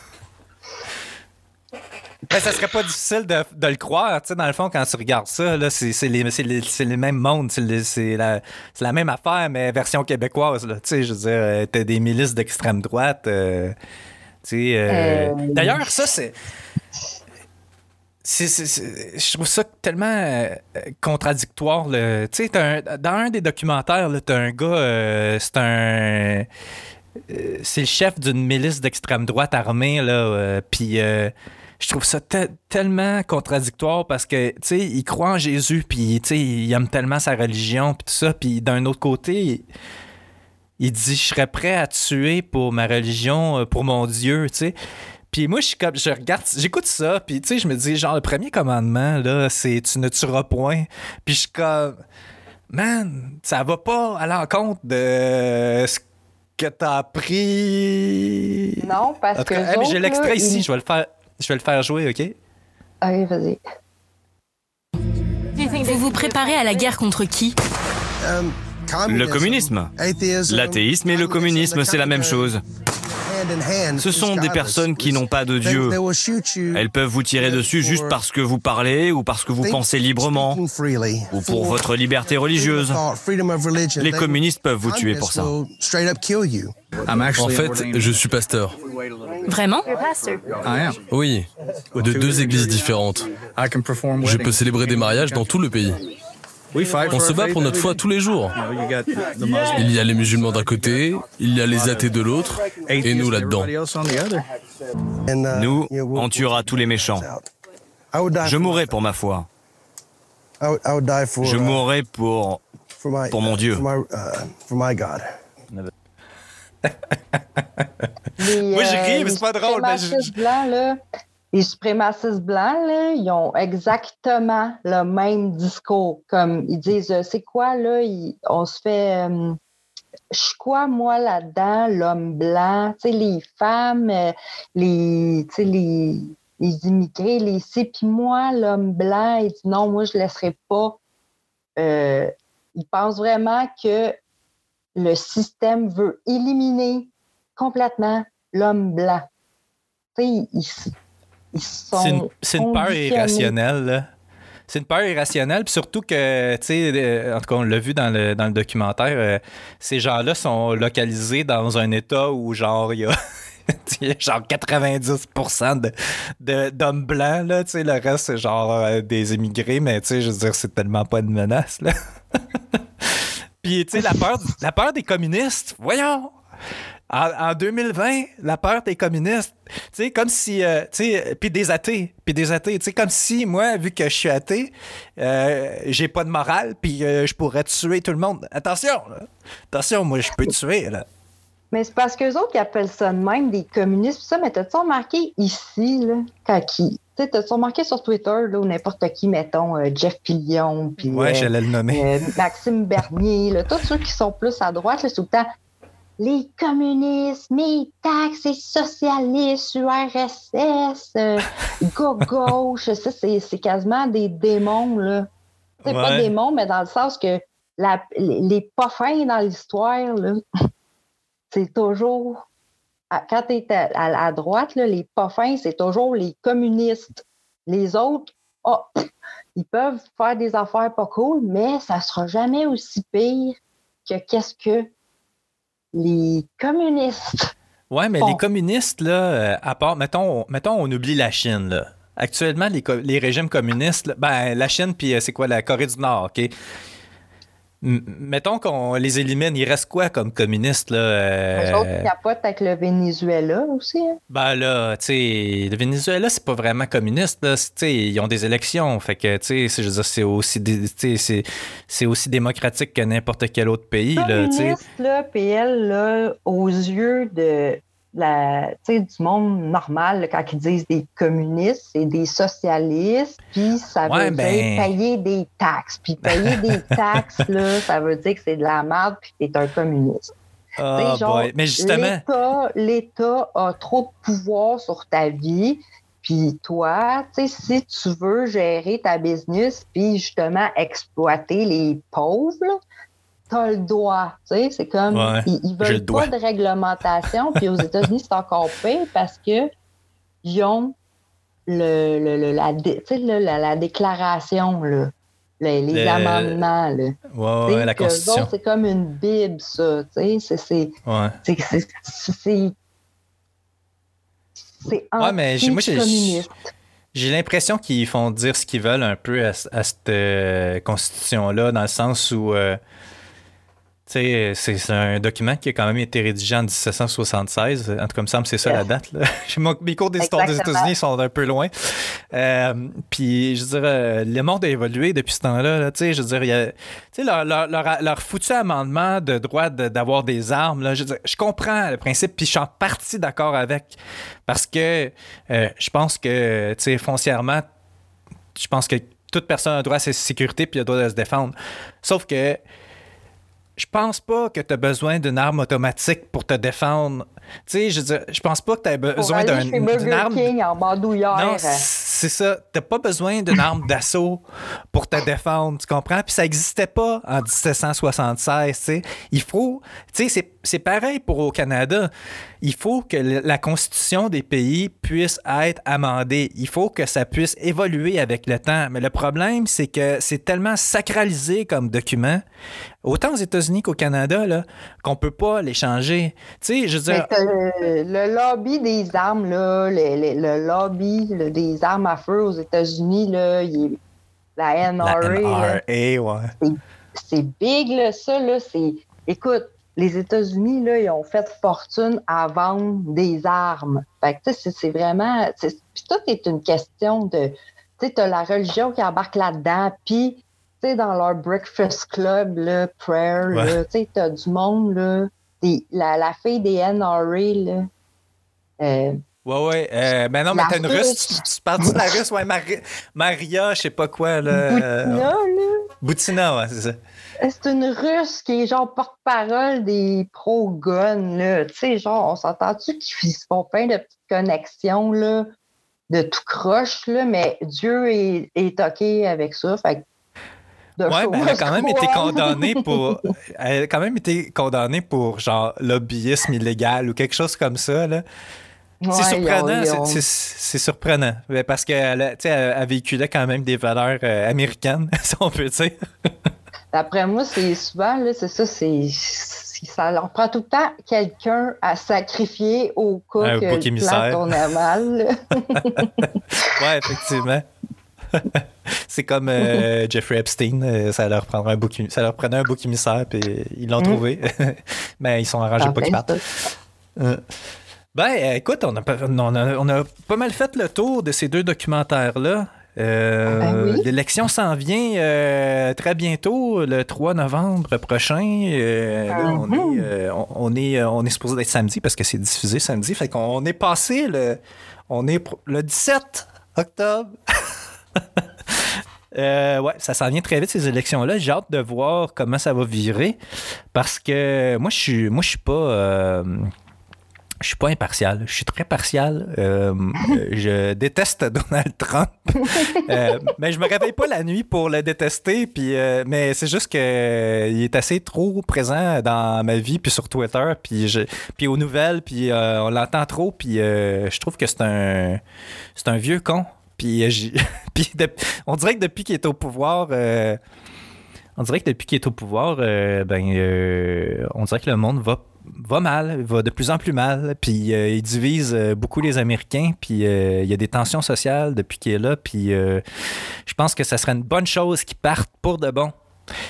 Speaker 6: Ben, ça serait pas difficile de, de le croire, tu sais, dans le fond, quand tu regardes ça, là, c'est, c'est, les, c'est, les, c'est les mêmes mondes, c'est, les, c'est, la, c'est la même affaire, mais version québécoise, là, tu sais, je veux dire, euh, t'as des milices d'extrême droite, euh, tu sais, euh, euh... d'ailleurs, ça, c'est... C'est, c'est, c'est, je trouve ça tellement euh, contradictoire. Tu sais, dans un des documentaires, tu as un gars, euh, c'est un... Euh, c'est le chef d'une milice d'extrême droite armée, là, euh, puis... Euh, je trouve ça te- tellement contradictoire parce que, tu sais, il croit en Jésus, puis, tu sais, il aime tellement sa religion, puis tout ça, puis d'un autre côté, il, il dit « Je serais prêt à tuer pour ma religion, pour mon Dieu », tu sais. Puis moi, je suis comme, je regarde, j'écoute ça, puis, tu sais, je me dis, genre, le premier commandement, là, c'est « Tu ne tueras point », puis je suis comme, man, ça va pas à l'encontre de ce que t'as appris.
Speaker 7: Non, parce que.
Speaker 6: Hey, mais j'ai l'extrait là, ici, il... je vais le faire. Je vais le faire jouer, OK?
Speaker 7: Allez, vas-y.
Speaker 13: Vous vous préparez à la guerre contre qui?
Speaker 15: Le communisme. L'athéisme et le communisme, c'est la même chose. Ce sont des personnes qui n'ont pas de Dieu. Elles peuvent vous tirer dessus juste parce que vous parlez ou parce que vous pensez librement ou pour votre liberté religieuse. Les communistes peuvent vous tuer pour ça.
Speaker 14: En fait, je suis pasteur.
Speaker 13: Vraiment?
Speaker 14: Oui, de deux églises différentes. Je peux célébrer des mariages dans tout le pays. On se bat pour notre foi tous les jours. Il y a les musulmans d'un côté, il y a les athées de l'autre, et nous là-dedans.
Speaker 15: Nous, on tuera tous les méchants. Je mourrai pour ma foi. Je mourrai pour, pour mon Dieu.
Speaker 7: Les,
Speaker 6: Moi, je ris,
Speaker 7: euh,
Speaker 6: mais c'est pas drôle. Mais je...
Speaker 7: blancs, là, les suprémacistes blancs, là, ils ont exactement le même discours. Comme ils disent, euh, c'est quoi, là, ils, on se fait... Euh, je suis quoi, moi, là-dedans, l'homme blanc, tu sais, les femmes, euh, les, tu sais, les, les immigrés, les ci, puis moi, l'homme blanc, il dit non, moi, je ne laisserai pas. Euh, ils pensent vraiment que le système veut éliminer complètement l'homme blanc. Tu sais, ils, ils sont
Speaker 6: C'est une, c'est une peur irrationnelle, là. C'est une peur irrationnelle, puis surtout que, tu sais, en tout cas, on l'a vu dans le, dans le documentaire, euh, ces gens-là sont localisés dans un état où, genre, il y a... Il y a genre quatre-vingt-dix pour cent de, de, d'hommes blancs, là, tu sais, le reste, c'est genre euh, des immigrés, mais tu sais, je veux dire, c'est tellement pas une menace, là. Puis, tu sais, la peur, la peur des communistes, voyons! En, en deux mille vingt, la peur des communistes, tu sais, comme si, euh, tu sais, puis des athées, puis des athées, tu sais, comme si, moi, vu que je suis athée, euh, j'ai pas de morale, puis euh, je pourrais tuer tout le monde. Attention, là. Attention, moi, je peux tuer, là.
Speaker 7: Mais c'est parce qu'eux autres, ils appellent ça de même, des communistes, ça, mais t'as-tu remarqué ici, là, quand qui... Tu sais, t'as-tu remarqué sur Twitter, là, ou n'importe qui, mettons, euh, Jeff Pillion, puis...
Speaker 6: Ouais,
Speaker 7: euh,
Speaker 6: j'allais le nommer.
Speaker 7: Euh, Maxime Bernier, là, tous ceux qui sont plus à droite, là, c'est tout le temps... Les communistes, mes taxes, les socialistes, U R S S, euh, gauche, ça, c'est, c'est quasiment des démons, là. C'est ouais. Pas démons, mais dans le sens que la, les, les pas fins dans l'histoire, là, c'est toujours... Quand tu es à, à, à droite, là, les pas fins, c'est toujours les communistes. Les autres, oh, ils peuvent faire des affaires pas cool, mais ça sera jamais aussi pire que qu'est-ce que les communistes.
Speaker 6: Ouais, mais oh. les communistes, là, à part, mettons, mettons, on oublie la Chine, là. Actuellement, les, les régimes communistes, là, ben, la Chine, puis c'est quoi, la Corée du Nord, OK? M- mettons qu'on les élimine, il reste quoi comme communistes, là? Euh...
Speaker 7: Les autres capotent avec le Venezuela aussi. Hein?
Speaker 6: Ben là, tu sais, le Venezuela, c'est pas vraiment communiste, là. Tu sais, ils ont des élections. Fait que, tu sais, je veux dire, c'est aussi, dé- c'est, c'est aussi démocratique que n'importe quel autre pays, là, tu sais.
Speaker 7: Communiste, là, P L, là, aux yeux de la, du monde normal, là, quand ils disent des communistes, c'est des socialistes, puis ça
Speaker 6: Ouais,
Speaker 7: veut
Speaker 6: ben...
Speaker 7: dire payer des taxes. Puis payer des taxes, là, ça veut dire que c'est de la merde, puis que t'es un communiste.
Speaker 6: Oh
Speaker 7: genre,
Speaker 6: boy. Mais justement...
Speaker 7: L'État, l'État a trop de pouvoir sur ta vie, puis toi, tu sais, si tu veux gérer ta business, puis justement exploiter les pauvres, là, t'as le droit, tu sais, c'est comme,
Speaker 6: ouais,
Speaker 7: ils, ils veulent pas de réglementation, puis aux États-Unis, c'est encore pire parce que ils ont le, le, le, la, tu sais, la, la déclaration, là, les, les le... amendements, là.
Speaker 6: Ouais, ouais, la Constitution.
Speaker 7: Autres, c'est comme une bible, ça, tu sais, c'est... c'est, ouais. c'est, c'est, c'est, c'est
Speaker 6: ouais, mais j'ai, moi, j'ai,
Speaker 7: communiste.
Speaker 6: J'ai l'impression qu'ils font dire ce qu'ils veulent un peu à, à cette euh, Constitution-là, dans le sens où... Euh, tu sais, c'est, c'est un document qui a quand même été rédigé en dix-sept cent soixante-seize. En tout cas, il me semble que c'est ça la date. Là. Mes cours d'histoire des États-Unis sont un peu loin. Euh, puis, je veux dire, le monde a évolué depuis ce temps-là. Là, tu sais, je veux dire, il y a, tu sais, leur, leur, leur, leur foutu amendement de droit de, d'avoir des armes, là, je veux dire, je comprends le principe, puis je suis en partie d'accord avec. Parce que euh, je pense que, tu sais, foncièrement, je pense que toute personne a droit à sa sécurité, puis a droit de se défendre. Sauf que je pense pas que tu as besoin d'une arme automatique pour te défendre. Tu sais, je veux dire, je pense pas que tu as besoin d'un, d'une arme...
Speaker 7: King en bandoulière.
Speaker 6: Non, c'est ça. T'as pas besoin d'une arme d'assaut pour te défendre, tu comprends? Puis ça n'existait pas en dix-sept cent soixante-seize, tu sais. Il faut... Tu sais, c'est, c'est pareil pour au Canada. Il faut que la constitution des pays puisse être amendée. Il faut que ça puisse évoluer avec le temps. Mais le problème, c'est que c'est tellement sacralisé comme document, autant aux États-Unis qu'au Canada, là, qu'on peut pas les changer. Tu sais, je veux dire...
Speaker 7: Le, le lobby des armes, là, le, le, le lobby le, des armes à feu aux États-Unis, là, il est, la N R A,
Speaker 6: la N R A,
Speaker 7: là,
Speaker 6: ouais.
Speaker 7: c'est, c'est big, là, ça, là, c'est... Écoute, les États-Unis, là, ils ont fait fortune à vendre des armes. Fait que, tu sais, c'est, c'est vraiment... C'est, puis tout est une question de... Tu sais, t'as la religion qui embarque là-dedans, puis, tu sais, dans leur breakfast club, là, prayer, ouais. là, tu sais, t'as du monde, là... Des, la, la fille des N R A, là. Euh,
Speaker 6: ouais, ouais. Euh, ben non, mais t'as une russe. Tu, tu parles de la russe, ouais. Mari- Maria, je sais pas quoi, là.
Speaker 7: Boutina, euh, là.
Speaker 6: Boutina, ouais, c'est ça.
Speaker 7: C'est une russe qui est genre porte-parole des pro-guns, là. Tu sais, genre, on s'entend-tu qu'ils se font plein de petites connexions, là, de tout croche, là, mais Dieu est, est OK avec ça, fait que
Speaker 6: ouais, ben elle a quand même été condamnée pour. Elle a quand même été condamnée pour genre lobbyisme illégal ou quelque chose comme ça, là. Ouais, c'est surprenant, ils ont... c'est, c'est, c'est surprenant. Parce qu'elle elle, elle véhiculait quand même des valeurs euh, américaines, si on peut dire.
Speaker 7: D'après moi, c'est souvent, là, c'est ça, c'est, c'est, ça leur prend tout le temps quelqu'un à sacrifier au cas un que le plan tournait mal.
Speaker 6: Ouais, effectivement. C'est comme euh, Jeffrey Epstein, euh, ça leur prendrait un bouc, ça leur prenait un bouc émissaire puis ils l'ont mmh. trouvé, mais ils sont arrangés pas qu'ils partent. Euh, ben, écoute, on a, on, a, on a pas mal fait le tour de ces deux documentaires-là. Euh, ben oui. L'élection s'en vient euh, très bientôt, le trois novembre prochain. Euh, là, on, mmh. est, euh, on, on, est, on est supposé d'être samedi parce que c'est diffusé samedi. Fait qu'on est passé le, on est le dix-sept octobre. euh, ouais, ça s'en vient très vite ces élections-là. J'ai hâte de voir comment ça va virer parce que moi je suis, moi je suis pas, euh, je suis pas impartial. Je suis très partial. Euh, je déteste Donald Trump, euh, mais je me réveille pas la nuit pour le détester. Puis, euh, mais c'est juste que euh, il est assez trop présent dans ma vie puis sur Twitter puis, je, puis aux nouvelles puis euh, on l'entend trop puis euh, je trouve que c'est un, c'est un vieux con. Puis, puis de, on dirait que depuis qu'il est au pouvoir, euh, on dirait que depuis qu'il est au pouvoir, euh, ben, euh, on dirait que le monde va, va mal, va de plus en plus mal. Puis euh, il divise beaucoup les Américains. Puis euh, il y a des tensions sociales depuis qu'il est là. Puis euh, je pense que ça serait une bonne chose qu'il parte pour de bon.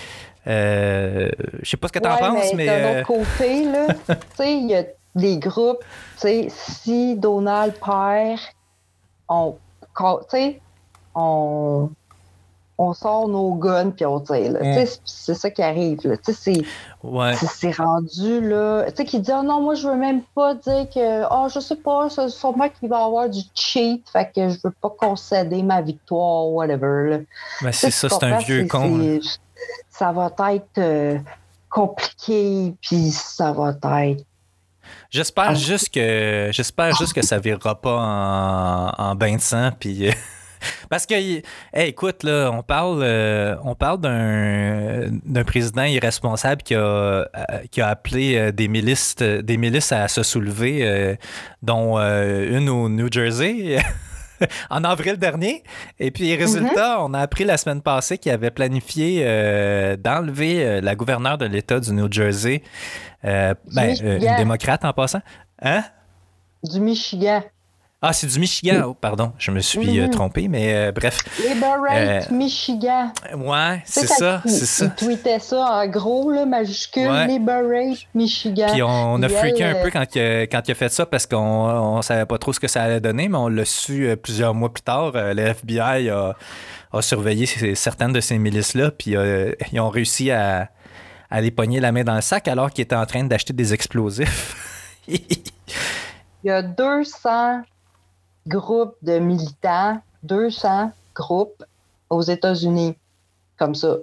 Speaker 6: Euh, je sais pas ce que tu en
Speaker 7: ouais,
Speaker 6: penses, mais...
Speaker 7: mais d'un
Speaker 6: euh...
Speaker 7: autre côté, là, tu sais, il y a des groupes, tu sais, si Donald perd, on, tu sais, on, on sort nos guns puis on tire, là. Mm. Tu sais, c'est ça qui arrive, là. Tu sais, c'est,
Speaker 6: ouais.
Speaker 7: c'est, c'est rendu, là, tu sais, qui dit, oh non, moi, je veux même pas dire que, oh, je sais pas, c'est sûrement qu'il va y avoir du cheat, fait que je veux pas concéder ma victoire, whatever, là.
Speaker 6: Ben, c'est ça, c'est un vieux con.
Speaker 7: Ça va être euh, compliqué, puis ça va être...
Speaker 6: J'espère juste que j'espère juste que ça virera pas en, en bain de sang, puis... Parce que, hey, écoute, là, on parle, euh, on parle d'un, d'un président irresponsable qui a, qui a appelé des milices, des milices à se soulever, euh, dont euh, une au New Jersey en avril dernier. Et puis, résultat, mm-hmm. on a appris la semaine passée qu'il avait planifié euh, d'enlever la gouverneure de l'État du New Jersey, euh, ben, euh, une démocrate en passant. Hein?
Speaker 7: Du Michigan.
Speaker 6: Ah, c'est du Michigan. Oh, pardon, je me suis mm-hmm. euh, trompé, mais euh, bref.
Speaker 7: Liberate euh, Michigan.
Speaker 6: Ouais, c'est ça,
Speaker 7: il,
Speaker 6: c'est ça.
Speaker 7: Il tweetait ça en gros, là, majuscule, ouais. Liberate Michigan.
Speaker 6: Puis on, on a freaké
Speaker 7: elle,
Speaker 6: un peu quand il, a, quand il a fait ça parce qu'on ne savait pas trop ce que ça allait donner, mais on l'a su euh, plusieurs mois plus tard. Euh, le F B I a, a surveillé certaines de ces milices-là, puis euh, ils ont réussi à, à les pogner la main dans le sac alors qu'ils étaient en train d'acheter des explosifs.
Speaker 7: Il y a deux cents groupes de militants, deux cents groupes aux États-Unis, comme ça.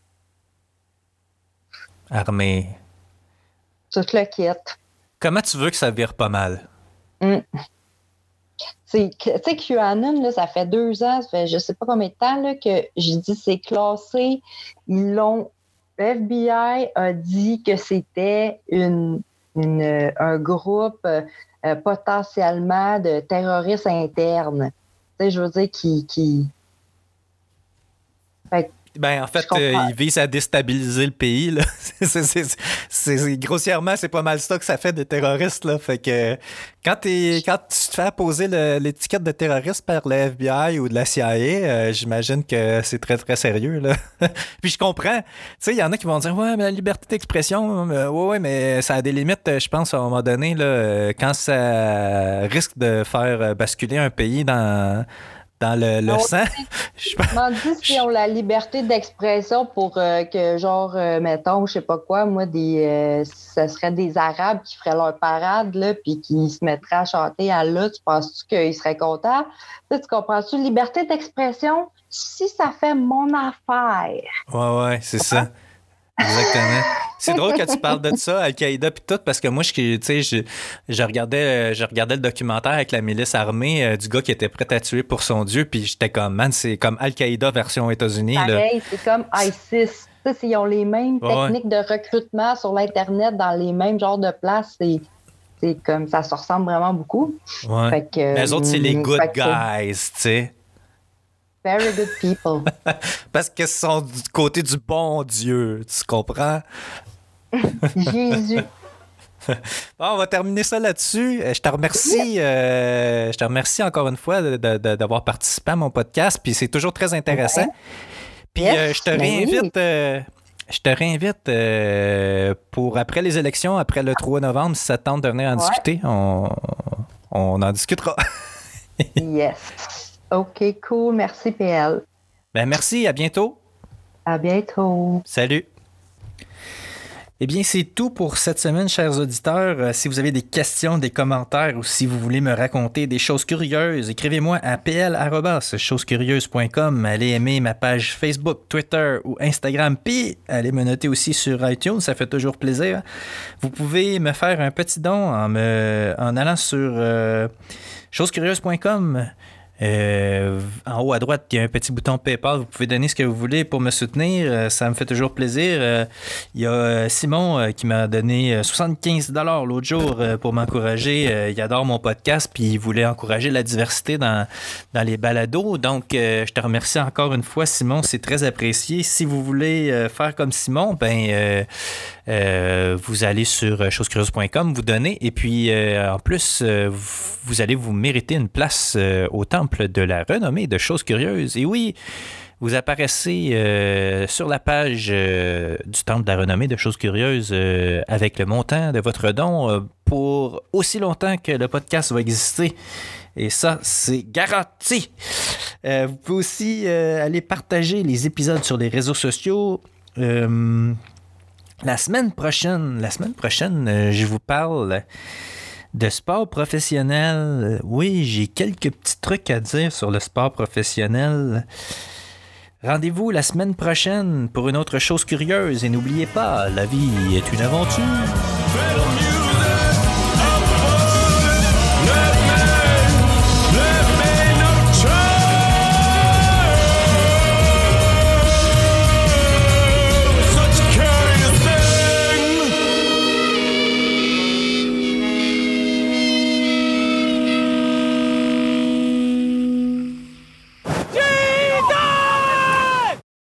Speaker 6: Armée.
Speaker 7: Tout le kit.
Speaker 6: Comment tu veux que ça vire pas mal?
Speaker 7: Mm. Tu sais, QAnon, là, ça fait deux ans, ça fait je sais pas combien de temps là, que j'ai dit c'est classé. Ils l'ont. Le F B I a dit que c'était une, une, un groupe euh, potentiellement de terroristes internes. Tu sais, je veux dire, qui. qui... Fait que,
Speaker 6: ben, en fait, euh, ils visent à déstabiliser le pays. Là. c'est, c'est, c'est, c'est, grossièrement, c'est pas mal ça que ça fait des terroristes. Là. Fait que quand, t'es, quand tu te fais poser le, l'étiquette de terroriste par le F B I ou de la C I A, euh, j'imagine que c'est très, très sérieux. Là. Puis je comprends. Tu sais, il y en a qui vont dire « Ouais, mais la liberté d'expression, euh, ouais, ouais, mais ça a des limites, je pense, à un moment donné, là, quand ça risque de faire basculer un pays dans... » dans le, le sang.
Speaker 7: Je me dis si on a la liberté d'expression pour euh, que, genre, euh, mettons, je sais pas quoi, moi, des, euh, ce serait des Arabes qui feraient leur parade, là, puis qui se mettraient à chanter Allah, tu penses-tu qu'ils seraient contents? Là, tu comprends-tu? Liberté d'expression, si ça fait mon affaire.
Speaker 6: Ouais, ouais, c'est ça. Exactement. C'est drôle que tu parles de ça, Al-Qaïda puis tout, parce que moi, je, tu sais, je, je, regardais, je regardais le documentaire avec la milice armée euh, du gars qui était prêt à tuer pour son Dieu, puis j'étais comme, man, c'est comme Al-Qaïda version États-Unis.
Speaker 7: Pareil,
Speaker 6: là.
Speaker 7: C'est comme ISIS. Tu sais, ils ont les mêmes techniques ouais. de recrutement sur l'Internet dans les mêmes genres de places. C'est, c'est comme, ça se ressemble vraiment beaucoup.
Speaker 6: Ouais. Fait que, mais les autres, c'est les good guys, tu sais.
Speaker 7: Very good people.
Speaker 6: Parce qu'ils sont du côté du bon Dieu, tu comprends?
Speaker 7: Jésus.
Speaker 6: Bon, on va terminer ça là-dessus. Je te remercie, euh, je te remercie encore une fois de, de, d'avoir participé à mon podcast. Puis c'est toujours très intéressant. Ouais. Puis yes, euh, je te réinvite. Euh, je te réinvite euh, pour après les élections, après le trois novembre, si ça te tente de venir en ouais. discuter, on, on en discutera.
Speaker 7: Yes. OK, cool. Merci, P L.
Speaker 6: Ben, merci. À bientôt.
Speaker 7: À bientôt.
Speaker 6: Salut. Eh bien, c'est tout pour cette semaine, chers auditeurs. Euh, si vous avez des questions, des commentaires ou si vous voulez me raconter des choses curieuses, écrivez-moi à p l arobase choses curieuses point com. Allez aimer ma page Facebook, Twitter ou Instagram. Puis, allez me noter aussi sur iTunes. Ça fait toujours plaisir. Vous pouvez me faire un petit don en, me, en allant sur euh, choses curieuses point com. Euh, en haut à droite, il y a un petit bouton PayPal. Vous pouvez donner ce que vous voulez pour me soutenir. Euh, ça me fait toujours plaisir. Euh, il y a Simon euh, qui m'a donné soixante-quinze dollars l'autre jour euh, pour m'encourager. Euh, il adore mon podcast puis il voulait encourager la diversité dans, dans les balados. Donc, euh, je te remercie encore une fois, Simon. C'est très apprécié. Si vous voulez euh, faire comme Simon, ben euh, euh, vous allez sur choses curieuses point com, vous donnez. Et puis, euh, en plus, euh, vous, vous allez vous mériter une place euh, au temple temple de la renommée de Choses Curieuses. Et oui, vous apparaissez euh, sur la page euh, du temple de la renommée de Choses Curieuses euh, avec le montant de votre don euh, pour aussi longtemps que le podcast va exister. Et ça, c'est garanti. Euh, vous pouvez aussi euh, aller partager les épisodes sur les réseaux sociaux. Euh, la semaine prochaine, la semaine prochaine, euh, je vous parle de sport professionnel. Oui, j'ai quelques petits trucs à dire sur le sport professionnel. Rendez-vous la semaine prochaine pour une autre chose curieuse. Et n'oubliez pas, la vie est une aventure.